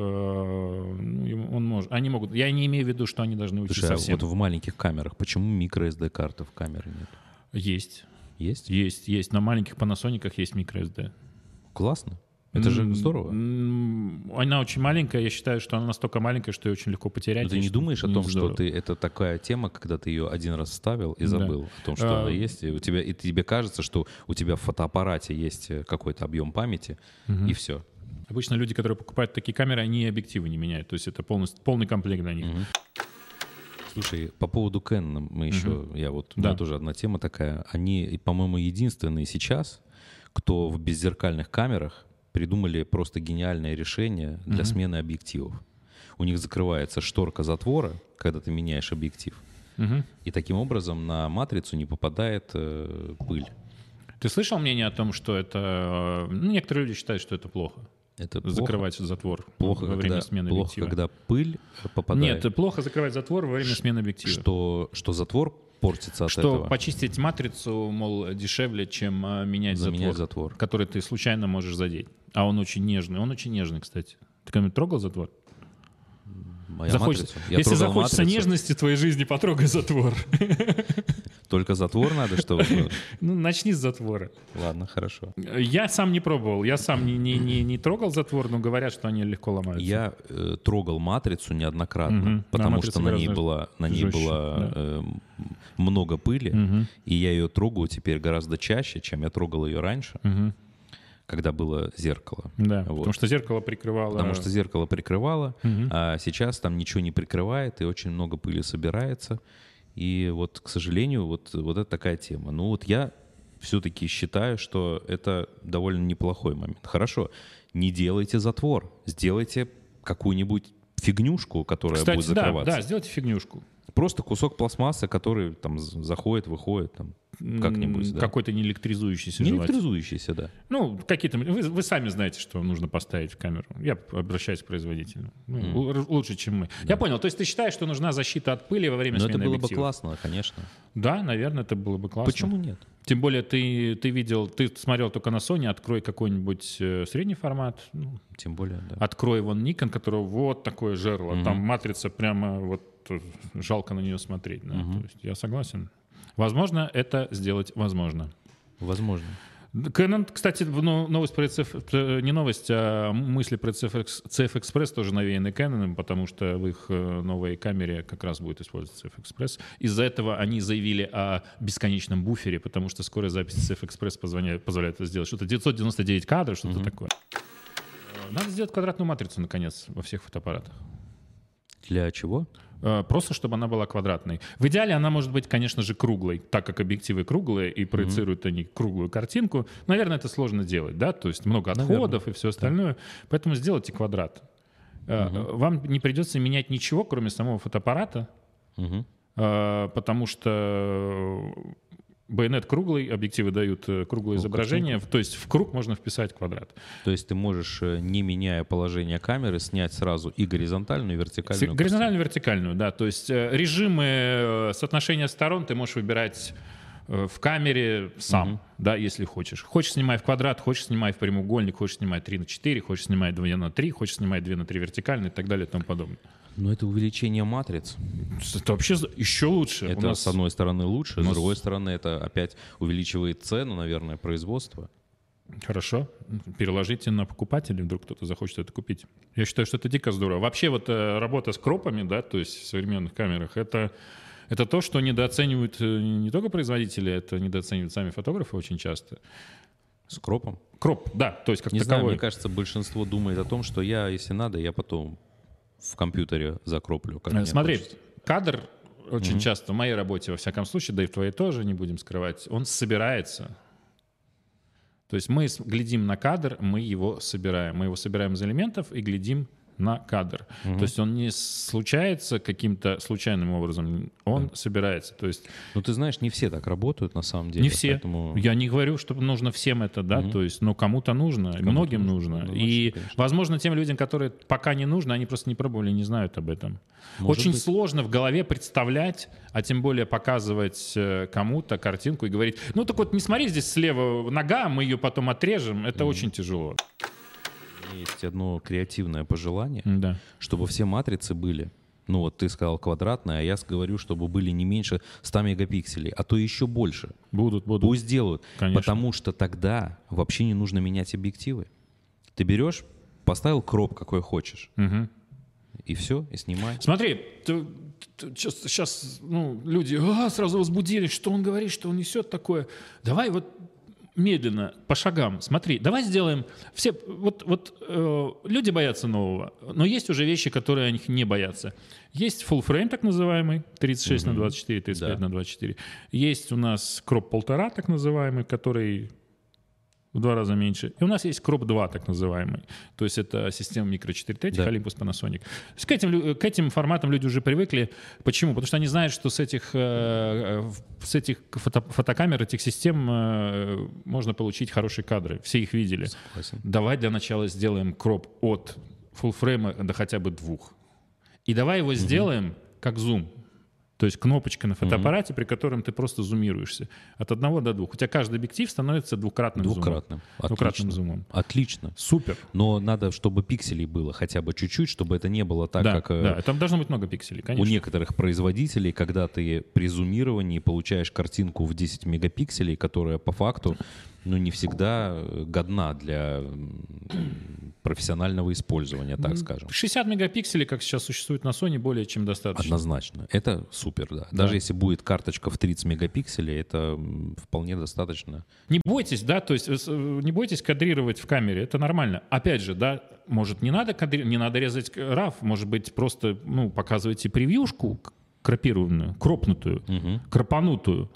они могут, я не имею в виду, что они должны уйти совсем. Вот в маленьких камерах почему microSD-карты в камере нет? Есть. Есть? Есть. На маленьких Panasonic есть microSD. Классно. Это же здорово. Она очень маленькая. Я считаю, что она настолько маленькая, что ее очень легко потерять. Но ты не думаешь о том, что это такая тема, когда ты ее один раз вставил и забыл о том, что она есть, и тебе кажется, что у тебя в фотоаппарате есть какой-то объем памяти, и все. Обычно люди, которые покупают такие камеры, они объективы не меняют. То есть это полный комплект для них. Слушай, по поводу Canon у меня тоже одна тема такая. Они, по-моему, единственные сейчас, кто в беззеркальных камерах придумали просто гениальное решение для смены объективов. У них закрывается шторка затвора, когда ты меняешь объектив, и таким образом на матрицу не попадает пыль. Ты слышал мнение о том, что это... некоторые люди считают, что это плохо. Это закрывать затвор во время смены объектива. Плохо, когда пыль попадает. Нет, плохо закрывать затвор во время смены объектива. Что затвор портится от этого. Что почистить матрицу, мол, дешевле, чем менять затвор, который ты случайно можешь задеть. А он очень нежный. Он очень нежный, кстати. Ты когда-нибудь трогал затвор? Если захочется нежности в твоей жизни, потрогай затвор. Только затвор надо, чтобы... Начни с затвора. Ладно, хорошо. Я сам не пробовал. Я сам не трогал затвор, но говорят, что они легко ломаются. Я трогал матрицу неоднократно, потому что на ней было много пыли, и я ее трогаю теперь гораздо чаще, чем я трогал ее раньше. Когда было зеркало. Да, потому что зеркало прикрывало. А сейчас там ничего не прикрывает, и очень много пыли собирается. И к сожалению, вот это такая тема. Я все-таки считаю, что это довольно неплохой момент. Хорошо, не делайте затвор, сделайте какую-нибудь фигнюшку, которая будет закрываться. Да, сделайте фигнюшку. Просто кусок пластмассы, который там заходит, выходит, там как-нибудь. Да. Какой-то неэлектризующийся. Не электризующийся, да. Ну, какие-то... Вы сами знаете, что нужно поставить в камеру. Я обращаюсь к производителю. Лучше, чем мы. Да. Я понял. То есть ты считаешь, что нужна защита от пыли во время смены объектива? Это было бы классно, конечно. Да, наверное, это было бы классно. Почему нет? Тем более ты смотрел только на Sony, открой какой-нибудь средний формат. Тем более, да. Открой вон Nikon, которого вот такое жерло. Там матрица прямо вот жалко на нее смотреть. Да? То есть я согласен. Возможно, это сделать возможно. Возможно. Canon, кстати, новость про CF, не новость, а мысли про CF Express тоже навеяны Canon, потому что в их новой камере как раз будет использоваться CF Express. Из-за этого они заявили о бесконечном буфере, потому что скорая запись CF Express позволяет это сделать. Что-то 999 кадров, что-то такое. Надо сделать квадратную матрицу, наконец, во всех фотоаппаратах. Для чего? Просто чтобы она была квадратной. В идеале она может быть, конечно же, круглой, так как объективы круглые и проецируют они круглую картинку. Наверное, это сложно делать, да, то есть много отходов и все остальное. Да. Поэтому сделайте квадрат. Вам не придется менять ничего, кроме самого фотоаппарата, потому что байонет круглый, объективы дают круглое изображение, то есть в круг можно вписать квадрат. То есть ты можешь, не меняя положение камеры, снять сразу и горизонтальную, и вертикальную. Горизонтальную, и вертикальную, да. То есть режимы соотношения сторон ты можешь выбирать в камере сам, да, если хочешь. Хочешь, снимай в квадрат, хочешь, снимай в прямоугольник, хочешь, снимай 3:4, хочешь, снимай 2:3, хочешь, снимай 2:3 вертикально и так далее и тому подобное. Но это увеличение матриц. Это вообще еще лучше. Это с одной стороны лучше, с другой стороны это опять увеличивает цену, наверное, производства. Хорошо. Переложите на покупателей, вдруг кто-то захочет это купить. Я считаю, что это дико здорово. Вообще вот работа с кропами, да, то есть в современных камерах, это то, что недооценивают не только производители, это недооценивают сами фотографы очень часто. С кропом? Кроп, да, то есть как не таковой. Знаю, мне кажется, большинство думает о том, что если надо, я потом в компьютере закроплю. Смотри, кадр очень часто в моей работе, во всяком случае, да и в твоей тоже, не будем скрывать, он собирается. То есть мы глядим на кадр, мы его собираем. Мы его собираем из элементов и глядим на кадр. То есть он не случается каким-то случайным образом, он собирается. То есть, ты знаешь, не все так работают на самом деле. Не все. Поэтому... Я не говорю, что нужно всем это, да, то есть, но кому-то нужно, многим нужно. И, возможно, тем людям, которые пока не нужно, они просто не пробовали, не знают об этом. Очень сложно в голове представлять, а тем более показывать кому-то картинку и говорить, так вот не смотри, здесь слева нога, мы ее потом отрежем. Это очень тяжело. Есть одно креативное пожелание, чтобы все матрицы были, ты сказал квадратные, а я говорю, чтобы были не меньше 100 мегапикселей, а то еще больше. Будут. Пусть делают, Конечно. Потому что тогда вообще не нужно менять объективы. Ты берешь, поставил кроп какой хочешь, и все, и снимай. Смотри, сейчас люди сразу возбудились, что он говорит, что он несет такое. Давай медленно, по шагам. Смотри, давай сделаем... Все, люди боятся нового, но есть уже вещи, которые о них не боятся. Есть full frame, так называемый, 36/24, 35/24. Есть у нас кроп 1,5, так называемый, который в 2 раза меньше. И у нас есть кроп 2, так называемый. То есть это система микро 4Т, Olympus Panasonic. К этим форматам люди уже привыкли. Почему? Потому что они знают, что с этих фотокамер, этих систем можно получить хорошие кадры. Все их видели. Согласен. Давай для начала сделаем кроп от фуллфрейма до хотя бы 2. И давай его сделаем как зум. То есть кнопочка на фотоаппарате, при котором ты просто зумируешься. От 1 до 2. У тебя каждый объектив становится двукратным зумом. Отлично. Супер. Но надо, чтобы пикселей было хотя бы чуть-чуть, чтобы это не было так, как... Да, там должно быть много пикселей, конечно. У некоторых производителей, когда ты при зумировании получаешь картинку в 10 мегапикселей, которая по факту не всегда годна для профессионального использования, так скажем. 60 мегапикселей, как сейчас существует на Sony, более чем достаточно. Однозначно. Это супер, да. Даже если будет карточка в 30 мегапикселей, это вполне достаточно. Не бойтесь, да, то есть не бойтесь кадрировать в камере, это нормально. Опять же, да, может, не надо не надо резать RAW, может быть, просто, показывайте превьюшку кропированную, кропнутую, кропанутую.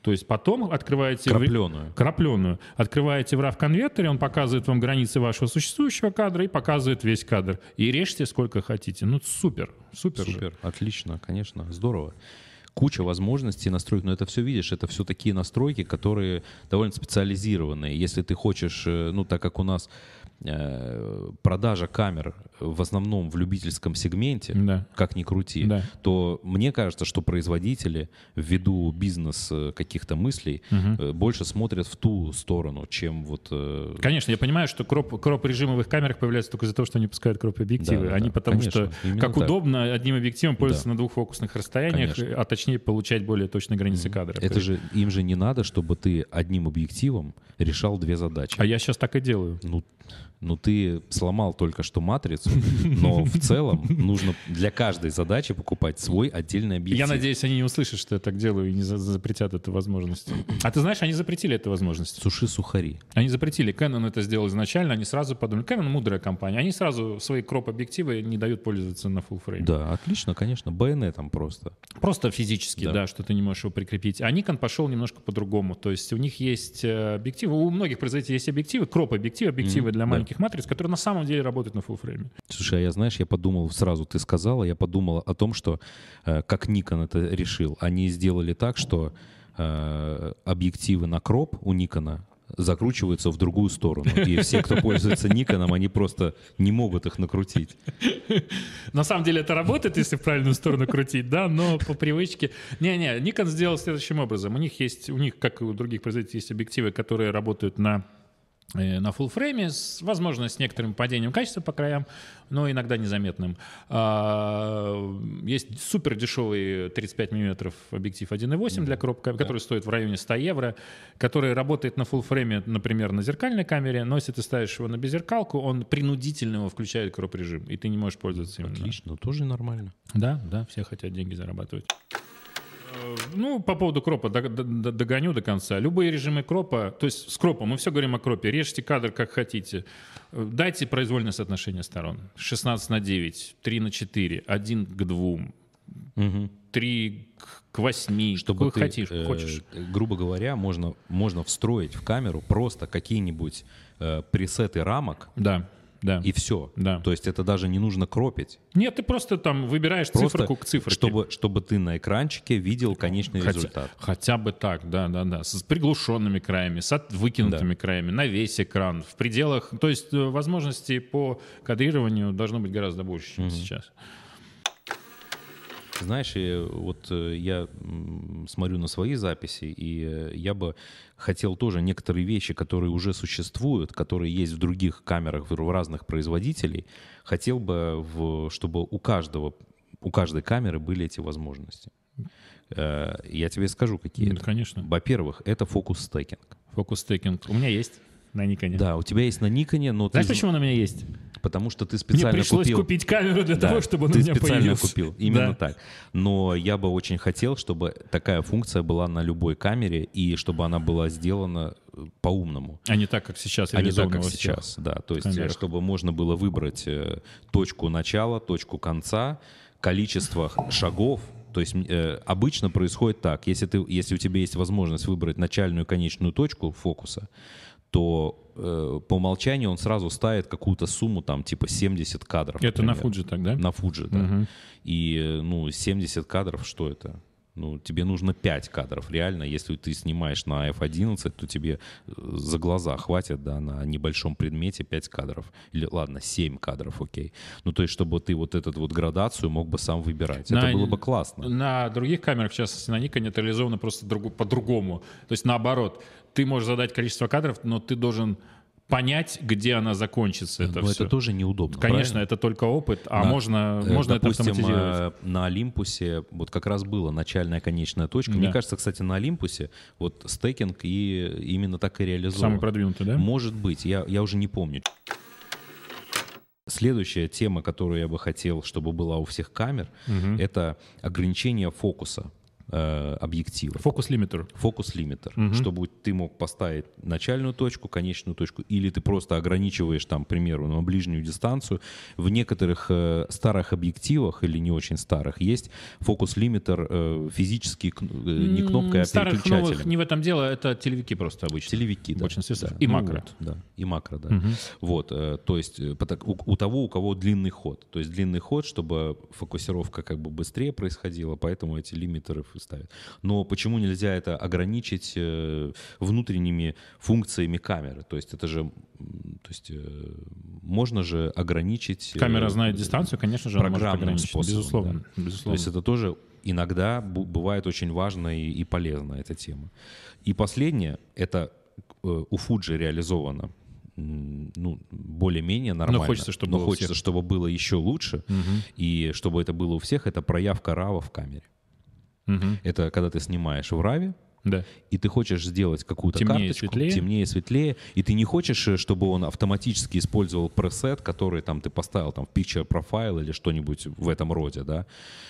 То есть потом открываете... Крапленую. Открываете в RAW-конвертере, он показывает вам границы вашего существующего кадра и показывает весь кадр. И режьте сколько хотите. Ну, супер же. Отлично, конечно, здорово. Куча возможностей настроек, но это все, видишь, это все такие настройки, которые довольно специализированные. Если ты хочешь, ну, так как у нас продажа камер в основном в любительском сегменте, да. как ни крути, да. то мне кажется, что производители ввиду бизнес каких-то мыслей больше смотрят в ту сторону, чем вот... Конечно, я понимаю, что кроп-режимы в их камерах появляются только из-за того, что они пускают кроп-объективы. Да, они потому конечно, что как так. удобно одним объективом пользоваться на двух фокусных расстояниях, конечно. а точнее получать более точные границы кадра. Это же им же не надо, чтобы ты одним объективом решал две задачи. А я сейчас так и делаю. Ну, ты сломал только что матрицу, но в целом нужно для каждой задачи покупать свой отдельный объектив. Я надеюсь, они не услышат, что я так делаю, и не запретят эту возможность. А ты знаешь, они запретили эту возможность. Суши сухари. Они запретили. Canon это сделал изначально, они сразу подумали. Canon мудрая компания. Они сразу свои кроп-объективы не дают пользоваться на full frame. Да, отлично, конечно. байонетом просто. Просто физически, да, что ты не можешь его прикрепить. А Nikon пошел немножко по-другому. То есть у них есть объективы, у многих производителей есть объективы, кроп-объективы для маленьких матриц, которые на самом деле работают на фуллфрейме. Слушай, я подумал, сразу ты сказала, я подумал о том, что как Nikon это решил. Они сделали так, что объективы на кроп у Nikon закручиваются в другую сторону. И все, кто пользуется Никоном, они просто не могут их накрутить. На самом деле это работает, если в правильную сторону крутить, да, но по привычке... Не, Nikon сделал следующим образом. У них, как и у других производителей, есть объективы, которые работают на фуллфрейме, возможно, с некоторым падением качества по краям, но иногда незаметным. Есть супер дешевый 35 мм объектив 1.8 для кропа, который стоит в районе 100 евро, который работает на фуллфрейме, например, на зеркальной камере, но если ты ставишь его на беззеркалку, он принудительно его включает кроп-режим, и ты не можешь пользоваться им. Отлично, тоже нормально. Да, все хотят деньги зарабатывать. Ну, по поводу кропа догоню до конца. Любые режимы кропа, то есть с кропом, мы все говорим о кропе, режьте кадр как хотите. Дайте произвольное соотношение сторон. 16:9, 3:4, 1:2, 3:8, чтобы какой ты, хочешь. Грубо говоря, можно встроить в камеру просто какие-нибудь пресеты рамок. Да. И все. Да. То есть это даже не нужно кропить. Нет, ты просто там выбираешь циферку к циферке. Чтобы ты на экранчике видел конечный результат. Хотя бы так, да. С приглушенными краями, с выкинутыми краями, на весь экран, в пределах. То есть возможностей по кадрированию должно быть гораздо больше, чем сейчас. Знаешь, я смотрю на свои записи, и я бы хотел тоже некоторые вещи, которые уже существуют, которые есть в других камерах, в разных производителей, хотел бы, чтобы у каждой камеры были эти возможности. Я тебе скажу, какие это. Конечно. Во-первых, это фокус-стекинг. Фокус-стекинг. У меня есть на Никоне. Да, у тебя есть на Никоне, но знаешь, почему он у меня есть? Потому что ты специально Мне пришлось купить камеру для того, чтобы он у меня появился. Ты специально купил, именно так. Но я бы очень хотел, чтобы такая функция была на любой камере и чтобы она была сделана по-умному. А не так, как сейчас. А не так, как сейчас, да. То есть, чтобы можно было выбрать точку начала, точку конца, количество шагов. То есть обычно происходит так. Если у тебя есть возможность выбрать начальную и конечную точку фокуса, то по умолчанию он сразу ставит какую-то сумму, там, типа 70 кадров. Это например. на Fuji так, да? На Fuji, да. Угу. И, 70 кадров, что это? Тебе нужно 5 кадров. Реально, если ты снимаешь на F11, то тебе за глаза хватит, да, на небольшом предмете 5 кадров. Или, ладно, 7 кадров, окей. То есть, чтобы ты вот эту вот градацию мог бы сам выбирать. Это было бы классно. На других камерах, в частности, на Nikon, это реализовано просто по-другому. То есть, наоборот, ты можешь задать количество кадров, но ты должен понять, где она закончится. Но это тоже неудобно. Конечно, правильно? Это только опыт, а можно это автоматизировать. На Олимпусе вот как раз была начальная конечная точка. Да. Мне кажется, кстати, на Олимпусе вот стекинг и именно так и реализован. Самый продвинутый, да? Может быть, я уже не помню. Следующая тема, которую я бы хотел, чтобы была у всех камер, это ограничение фокуса. объектива. Фокус-лимитер. Фокус-лимитер, чтобы ты мог поставить начальную точку, конечную точку, или ты просто ограничиваешь там, к примеру, на ближнюю дистанцию. В некоторых старых объективах или не очень старых есть фокус-лимитер физический, не кнопкой, а старых, переключателем. Новых не в этом дело, это телевики просто обычно. Телевики, да. В большинстве случаев. Да. И макро. Да, и макро, да. Вот, то есть у того, у кого длинный ход. То есть длинный ход, чтобы фокусировка как бы быстрее происходила, поэтому эти лимитеры ставят. Но почему нельзя это ограничить внутренними функциями камеры? То есть это же, можно же ограничить... Камера знает дистанцию, конечно же, она может ограничить. Способом, безусловно, да. безусловно. То есть это тоже иногда бывает очень важно и полезно, эта тема. И последнее, это у Fuji реализовано более-менее нормально. Но хочется, чтобы было еще лучше, и чтобы это было у всех, это проявка RAW в камере. Это когда ты снимаешь в RAW, да. и ты хочешь сделать какую-то карточку, темнее, светлее, и ты не хочешь, чтобы он автоматически использовал пресет, который там ты поставил там, в Picture Profile или что-нибудь в этом роде, да,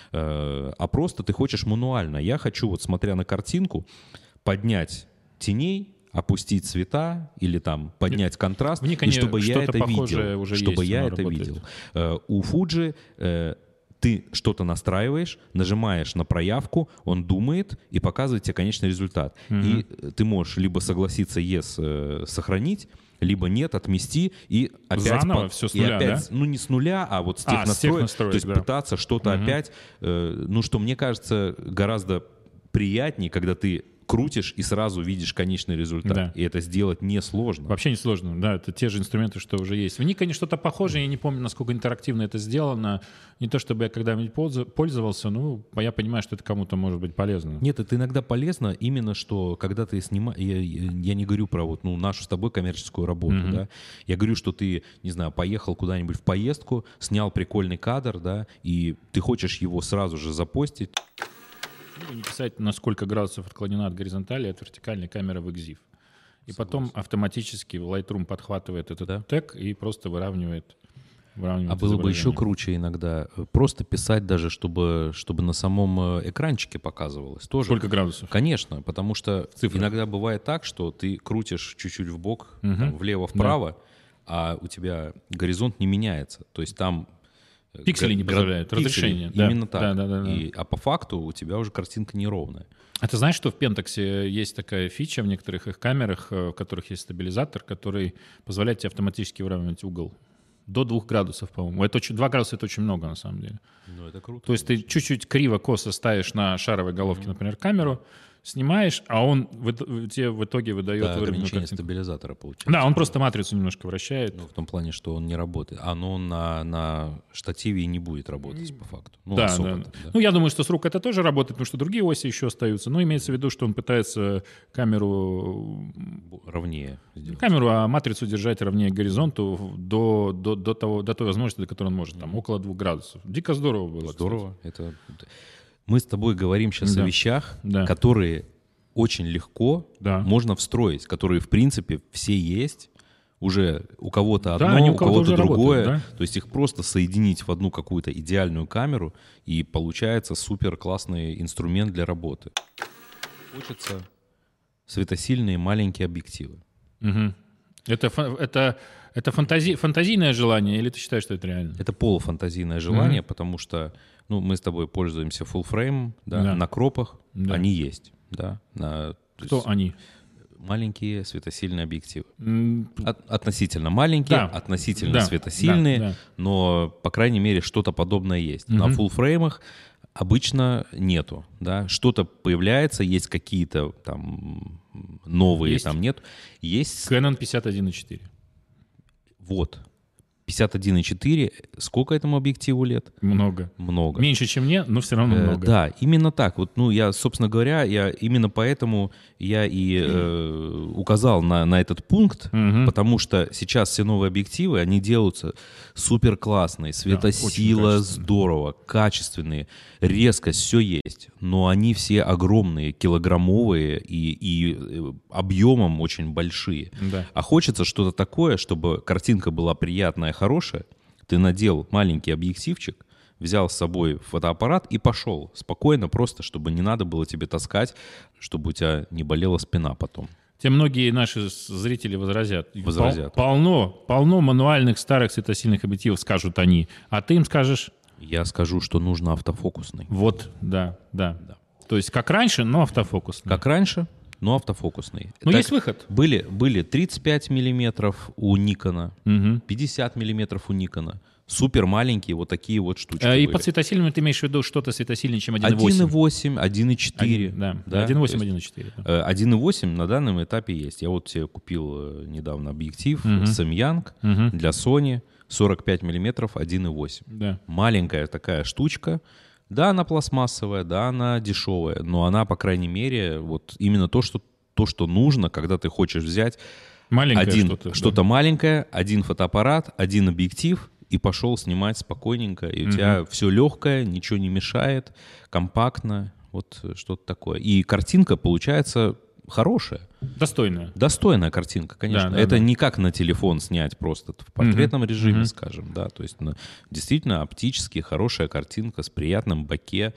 а просто ты хочешь мануально. Я хочу, вот смотря на картинку, поднять теней, опустить цвета или там поднять контраст, и чтобы я это видел. Чтобы я это видел. У Fuji ты что-то настраиваешь, нажимаешь на проявку, он думает и показывает тебе конечный результат. И ты можешь либо согласиться yes, сохранить, либо нет, отмести и опять... Заново все с нуля, опять, да? Ну, не с нуля, а вот с тех настроек. То есть да. пытаться что-то опять... что мне кажется гораздо приятнее, когда ты крутишь и сразу видишь конечный результат. Да. И это сделать несложно. Вообще несложно, да. Это те же инструменты, что уже есть. В Nikon что-то похожее, я не помню, насколько интерактивно это сделано. Не то, чтобы я когда-нибудь пользовался, но я понимаю, что это кому-то может быть полезно. Нет, это иногда полезно именно, что когда ты снимаешь... Я не говорю про вот, нашу с тобой коммерческую работу, да. Я говорю, что ты, не знаю, поехал куда-нибудь в поездку, снял прикольный кадр, да, и ты хочешь его сразу же запостить. Не писать, на сколько градусов отклонена от горизонтали от вертикальной камеры в EXIF. И потом автоматически Lightroom подхватывает этот тег и просто выравнивает. А было бы еще круче иногда просто писать даже, чтобы на самом экранчике показывалось. Тоже. Сколько градусов? Конечно, потому что иногда бывает так, что ты крутишь чуть-чуть вбок, влево-вправо, а у тебя горизонт не меняется. То есть там... Пиксели не позволяют, разрешение. Именно так. Да. А по факту у тебя уже картинка неровная. А ты знаешь, что в Pentax есть такая фича в некоторых их камерах, в которых есть стабилизатор, который позволяет тебе автоматически выравнивать угол? До 2 градусов, по-моему. 2 градуса — это очень много, на самом деле. Ну, это круто. То есть ты чуть-чуть криво-косо ставишь на шаровой головке, например, камеру, снимаешь, а он тебе в итоге выдает выровненную ограничение картинку. Стабилизатора получается. Да, он просто матрицу немножко вращает. Ну, в том плане, что он не работает. Оно на штативе и не будет работать, по факту. Ну, да. Ну, я думаю, что с рук это тоже работает, потому что другие оси еще остаются. Но имеется в виду, что он пытается камеру... ровнее сделать. Камеру, а матрицу держать ровнее к горизонту до той возможности, до которой он может. Там около 2 градусов. Дико здорово было. Здорово. Мы с тобой говорим сейчас о вещах, которые очень легко можно встроить, которые, в принципе, все есть. Уже у кого-то одно, у кого-то другое. Работают, да? То есть их просто соединить в одну какую-то идеальную камеру, и получается супер классный инструмент для работы. Хочется светосильные маленькие объективы. Угу. Это фантазийное желание, или ты считаешь, что это реально? Это полуфантазийное желание, потому что мы с тобой пользуемся full frame, на кропах, они есть. Да, Кто они? Маленькие светосильные объективы. Относительно маленькие, относительно светосильные, но, по крайней мере, что-то подобное есть. На фуллфреймах обычно нету. Да? Что-то появляется, есть какие-то там новые, есть. Там нет. Есть... Canon 51.4. Вот. 51.4. Сколько этому объективу лет? Много. Меньше, чем мне, но все равно много. Да, именно так. Вот, я, собственно говоря, именно поэтому я и указал на этот пункт, потому что сейчас все новые объективы, они делаются супер классные, светосила здорово, качественные, резкость, все есть, но они все огромные, килограммовые и объемом очень большие. Да. А хочется что-то такое, чтобы картинка была приятная, хорошая. Ты надел маленький объективчик, взял с собой фотоаппарат и пошел спокойно, просто чтобы не надо было тебе таскать, чтобы у тебя не болела спина потом. Те многие наши зрители возразят. Возразят. Полно мануальных старых светосильных объективов, скажут они. А ты им скажешь? Я скажу, что нужно автофокусный. Вот, да. То есть как раньше, но автофокусный. Как раньше, но автофокусный. Но есть выход. Были 35 миллиметров у Никона, 50 миллиметров у Никона. Супер маленькие вот такие вот штучки. И были. под светосильным ты имеешь в виду что-то светосильнее, чем 1.8? 1.8, 1.4. Да, 1.8, 1.4. 1.8 на данном этапе есть. Я вот себе купил недавно объектив Samyang для Sony 45 миллиметров 1.8. Да. Маленькая такая штучка. Да, она пластмассовая, да, она дешевая, но она, по крайней мере, вот именно то, что нужно, когда ты хочешь взять что-то маленькое, один фотоаппарат, один объектив, и пошел снимать спокойненько, и у тебя все легкое, ничего не мешает, компактно, вот что-то такое. И картинка получается хорошая. Достойная картинка, конечно. Да, это не как на телефон снять просто в портретном режиме, скажем, да. То есть действительно оптически хорошая картинка с приятным боке.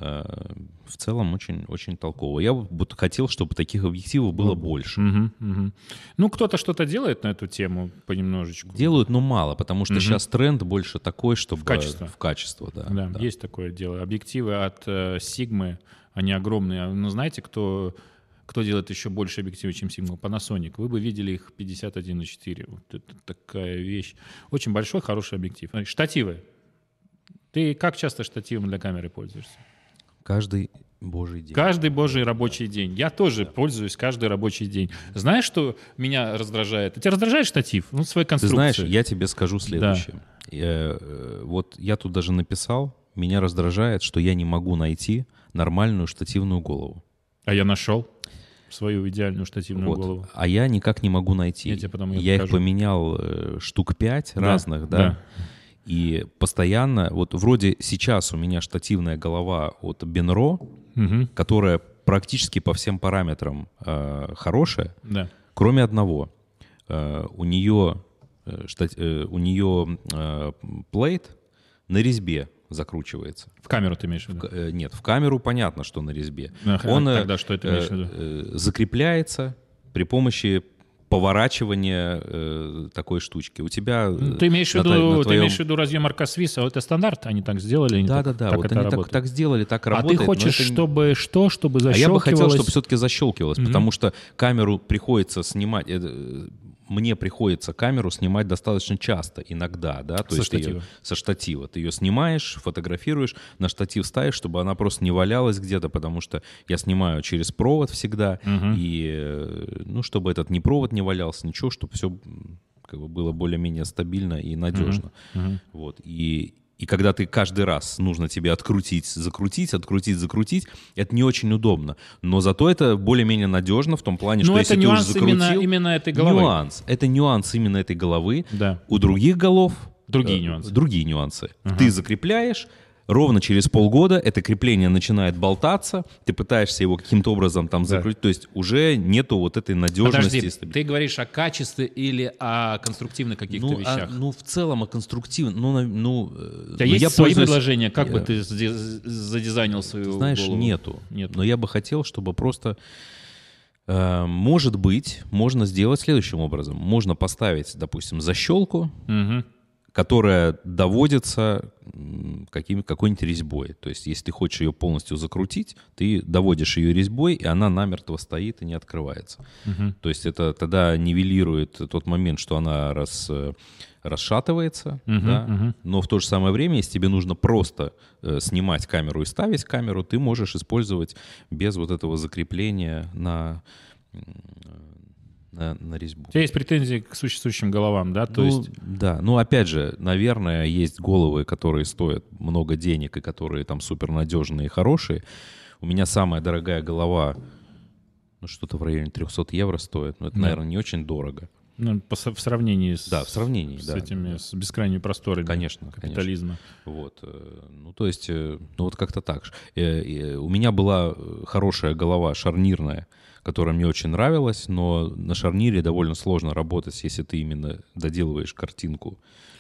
В целом очень, очень толково. Я вот хотел, чтобы таких объективов было больше. Ну, кто-то что-то делает на эту тему понемножечку. Делают, но мало, потому что сейчас тренд больше такой, чтобы... В качество, да. Да, есть такое дело. Объективы от Sigma, они огромные. Но знаете, кто делает еще больше объективов, чем Sigma? Panasonic. Вы бы видели их 51.4. Вот это такая вещь. Очень большой, хороший объектив. Штативы. Ты как часто штативом для камеры пользуешься? Каждый божий день. Каждый божий рабочий день. Я тоже пользуюсь каждый рабочий день. Знаешь, что меня раздражает? Тебя раздражает штатив? Ну, своей конструкции. Ты знаешь, я тебе скажу следующее. Да. Вот я тут даже написал, меня раздражает, что я не могу найти нормальную штативную голову. А я нашел свою идеальную штативную голову. А я никак не могу найти. Я тебе потом я их поменял штук 5 разных, да. И постоянно, вот вроде сейчас у меня штативная голова от Benro, которая практически по всем параметрам хорошая, кроме одного. У нее плейт на резьбе закручивается. В камеру ты имеешь в виду? Нет, в камеру понятно, что на резьбе. Он тогда что это имеешь в виду? Закрепляется при помощи поворачивания такой штучки. У тебя... Ты имеешь в виду разъем Аркасвиса, это стандарт, они так сделали? Да. Вот они так сделали, так работает. А ты хочешь, чтобы защелкивалось? А я бы хотел, чтобы все-таки защелкивалось, потому что камеру приходится снимать... Мне приходится камеру снимать достаточно часто, иногда, да, то есть со штатива. Ты ее снимаешь, фотографируешь, на штатив ставишь, чтобы она просто не валялась где-то, потому что я снимаю через провод всегда, и, чтобы этот ни провод не валялся, ничего, чтобы все как бы было более-менее стабильно и надежно. Вот, и когда ты каждый раз нужно тебе открутить, закрутить, это не очень удобно. Но зато это более-менее надежно в том плане, что если ты уже закрутил... именно этой головы. Это нюанс именно этой головы. Да. У других голов... Другие нюансы. Ты закрепляешь, ровно через полгода это крепление начинает болтаться, ты пытаешься его каким-то образом там закрутить, то есть уже нету вот этой надежности. Подожди, ты говоришь о качестве или о конструктивных каких-то вещах? В целом о конструктивном. У тебя есть свои предложения, как бы ты задизайнил свою голову? Знаешь, нету. Но я бы хотел, чтобы просто... Может быть, можно сделать следующим образом. Можно поставить, допустим, защелку, которая доводится какой-нибудь резьбой. То есть, если ты хочешь ее полностью закрутить, ты доводишь ее резьбой, и она намертво стоит и не открывается. То есть, это тогда нивелирует тот момент, что она расшатывается, да? Но в то же самое время, если тебе нужно просто снимать камеру и ставить камеру, ты можешь использовать без вот этого закрепления на резьбу. У тебя есть претензии к существующим головам, да? Да, опять же, наверное, есть головы, которые стоят много денег и которые там супернадежные и хорошие. У меня самая дорогая голова, что-то в районе 300 евро стоит, но это, наверное, не очень дорого. В сравнении с бескрайними просторами капитализма. Вот. То есть, вот как-то так же. У меня была хорошая голова шарнирная, которая мне очень нравилась, но на шарнире довольно сложно работать, если ты именно доделываешь картинку.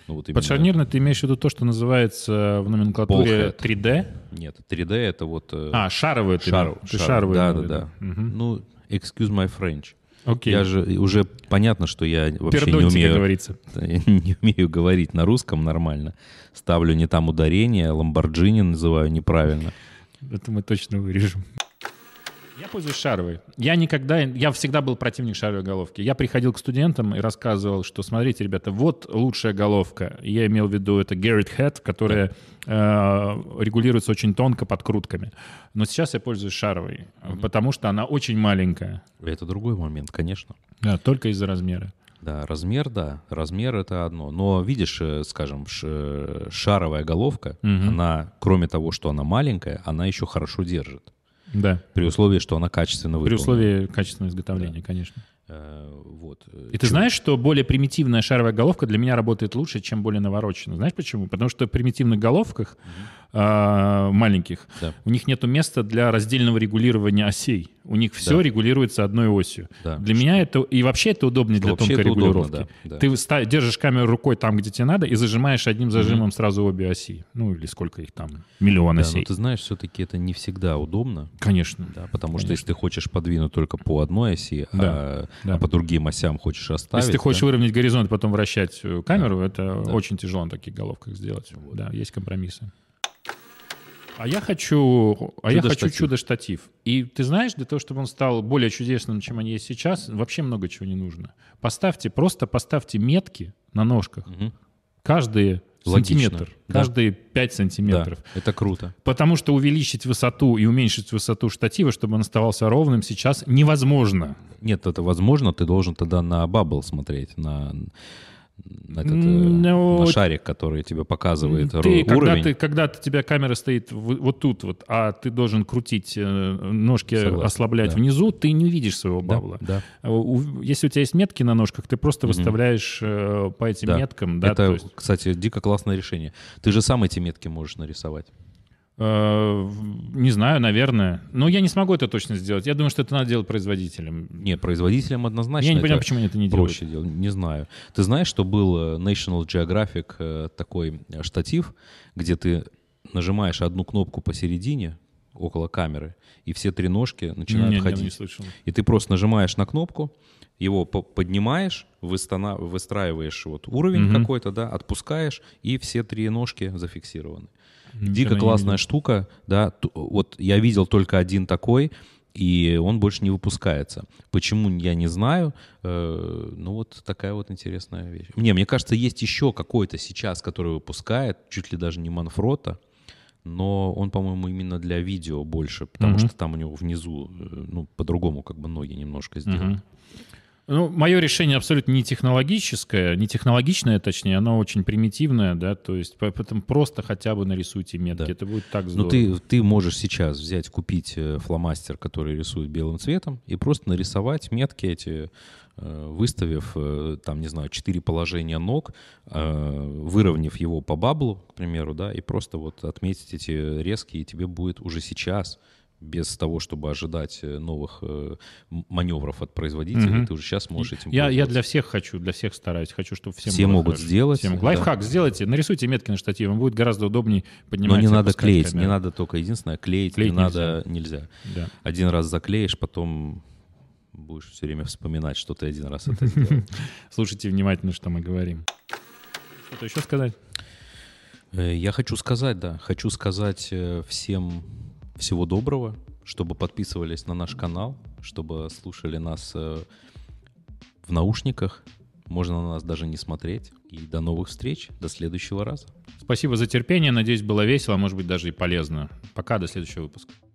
Ну, вот Подшарнирный ты имеешь в виду то, что называется в номенклатуре Ballhead. 3D? Нет, 3D это вот... шаровый ты. Ты шаровый. Да. Ну, excuse my French. Окей. Я же уже понятно, что я вообще не умею, говорится. не умею говорить на русском нормально. Ставлю не там ударение, Lamborghini называю неправильно. Это мы точно вырежем. Я пользуюсь шаровой. Я всегда был противник шаровой головки. Я приходил к студентам и рассказывал, что смотрите, ребята, вот лучшая головка. Я имел в виду это Garrett Head, которая регулируется очень тонко подкрутками. Но сейчас я пользуюсь шаровой, потому что она очень маленькая. Это другой момент, конечно. Да, только из-за размера. Да, размер это одно. Но видишь, скажем, шаровая головка, она, кроме того, что она маленькая, она еще хорошо держит. Да. При условии, что она качественно выполнена. При условии качественного изготовления, да. Конечно. Вот. И ты знаешь, что более примитивная шаровая головка для меня работает лучше, чем более навороченная? Знаешь почему? Потому что в примитивных головках, маленьких, у них нет места для раздельного регулирования осей. У них все регулируется одной осью. Да. Для меня это... И вообще это удобнее для тонкой регулировки. Удобно, да. Ты держишь камеру рукой там, где тебе надо, и зажимаешь одним зажимом сразу обе оси. Ну, или сколько их там? Миллион осей. Но ты знаешь, все-таки это не всегда удобно. Конечно. Да, потому что если ты хочешь подвинуть только по одной оси, а по другим осям хочешь оставить... Если ты хочешь выровнять горизонт, потом вращать камеру, это очень тяжело на таких головках сделать. Вот. Да, есть компромиссы. А я хочу чудо-штатив. И ты знаешь, для того, чтобы он стал более чудесным, чем они есть сейчас, вообще много чего не нужно. Просто поставьте метки на ножках. Каждые сантиметр. Каждые 5 сантиметров. Да, это круто. Потому что увеличить высоту и уменьшить высоту штатива, чтобы он оставался ровным, сейчас невозможно. Нет, это возможно. Ты должен тогда на бабл смотреть, на шарик, который тебе показывает уровень. Когда у тебя камера стоит вот тут, а ты должен крутить ножки, ослаблять внизу, ты не видишь своего бабла. Да. Если у тебя есть метки на ножках, ты просто выставляешь по этим меткам. Да, это, кстати, дико классное решение. Ты же сам эти метки можешь нарисовать. Не знаю, наверное. Но я не смогу это точно сделать. Я думаю, что это надо делать производителям. Не, производителям однозначно. Я не понимаю, почему они это не делают. Проще делать. Не знаю. Ты знаешь, что был National Geographic такой штатив, где ты нажимаешь одну кнопку посередине, около камеры, и все 3 ножки начинают ходить. Я не слышал. И ты просто нажимаешь на кнопку, его поднимаешь, выстраиваешь вот уровень какой-то, да, отпускаешь, и все 3 ножки зафиксированы. Дико классная штука, да. Вот я видел только один такой, и он больше не выпускается. Почему, я не знаю. Ну вот такая вот интересная вещь. Мне кажется, есть еще какой-то сейчас, который выпускает, чуть ли даже не Manfrotto, но он, по-моему, именно для видео больше, потому что там у него внизу, по-другому как бы ноги немножко сделаны. Мое решение абсолютно не технологичное, точнее, оно очень примитивное, да, то есть поэтому просто хотя бы нарисуйте метки, это будет так здорово. Ты можешь сейчас купить фломастер, который рисует белым цветом, и просто нарисовать метки эти, выставив, там, не знаю, 4 положения ног, выровняв его по баблу, к примеру, да, и просто вот отметить эти резки, и тебе будет уже сейчас, без того, чтобы ожидать новых маневров от производителей, ты уже сейчас можешь этим пользоваться. Я для всех стараюсь. Хочу, чтобы все могут сделать. Лайфхак сделайте, нарисуйте метки на штативе, вам будет гораздо удобнее поднимать. Но не надо клеить, камеру. Не надо только, единственное, клеить нельзя. Да. Один раз заклеишь, потом будешь все время вспоминать, что ты один раз это сделал. Слушайте внимательно, что мы говорим. Что-то еще сказать? Я хочу сказать всем всего доброго, чтобы подписывались на наш канал, чтобы слушали нас в наушниках. Можно на нас даже не смотреть. И до новых встреч, до следующего раза. Спасибо за терпение. Надеюсь, было весело, а может быть даже и полезно. Пока, до следующего выпуска.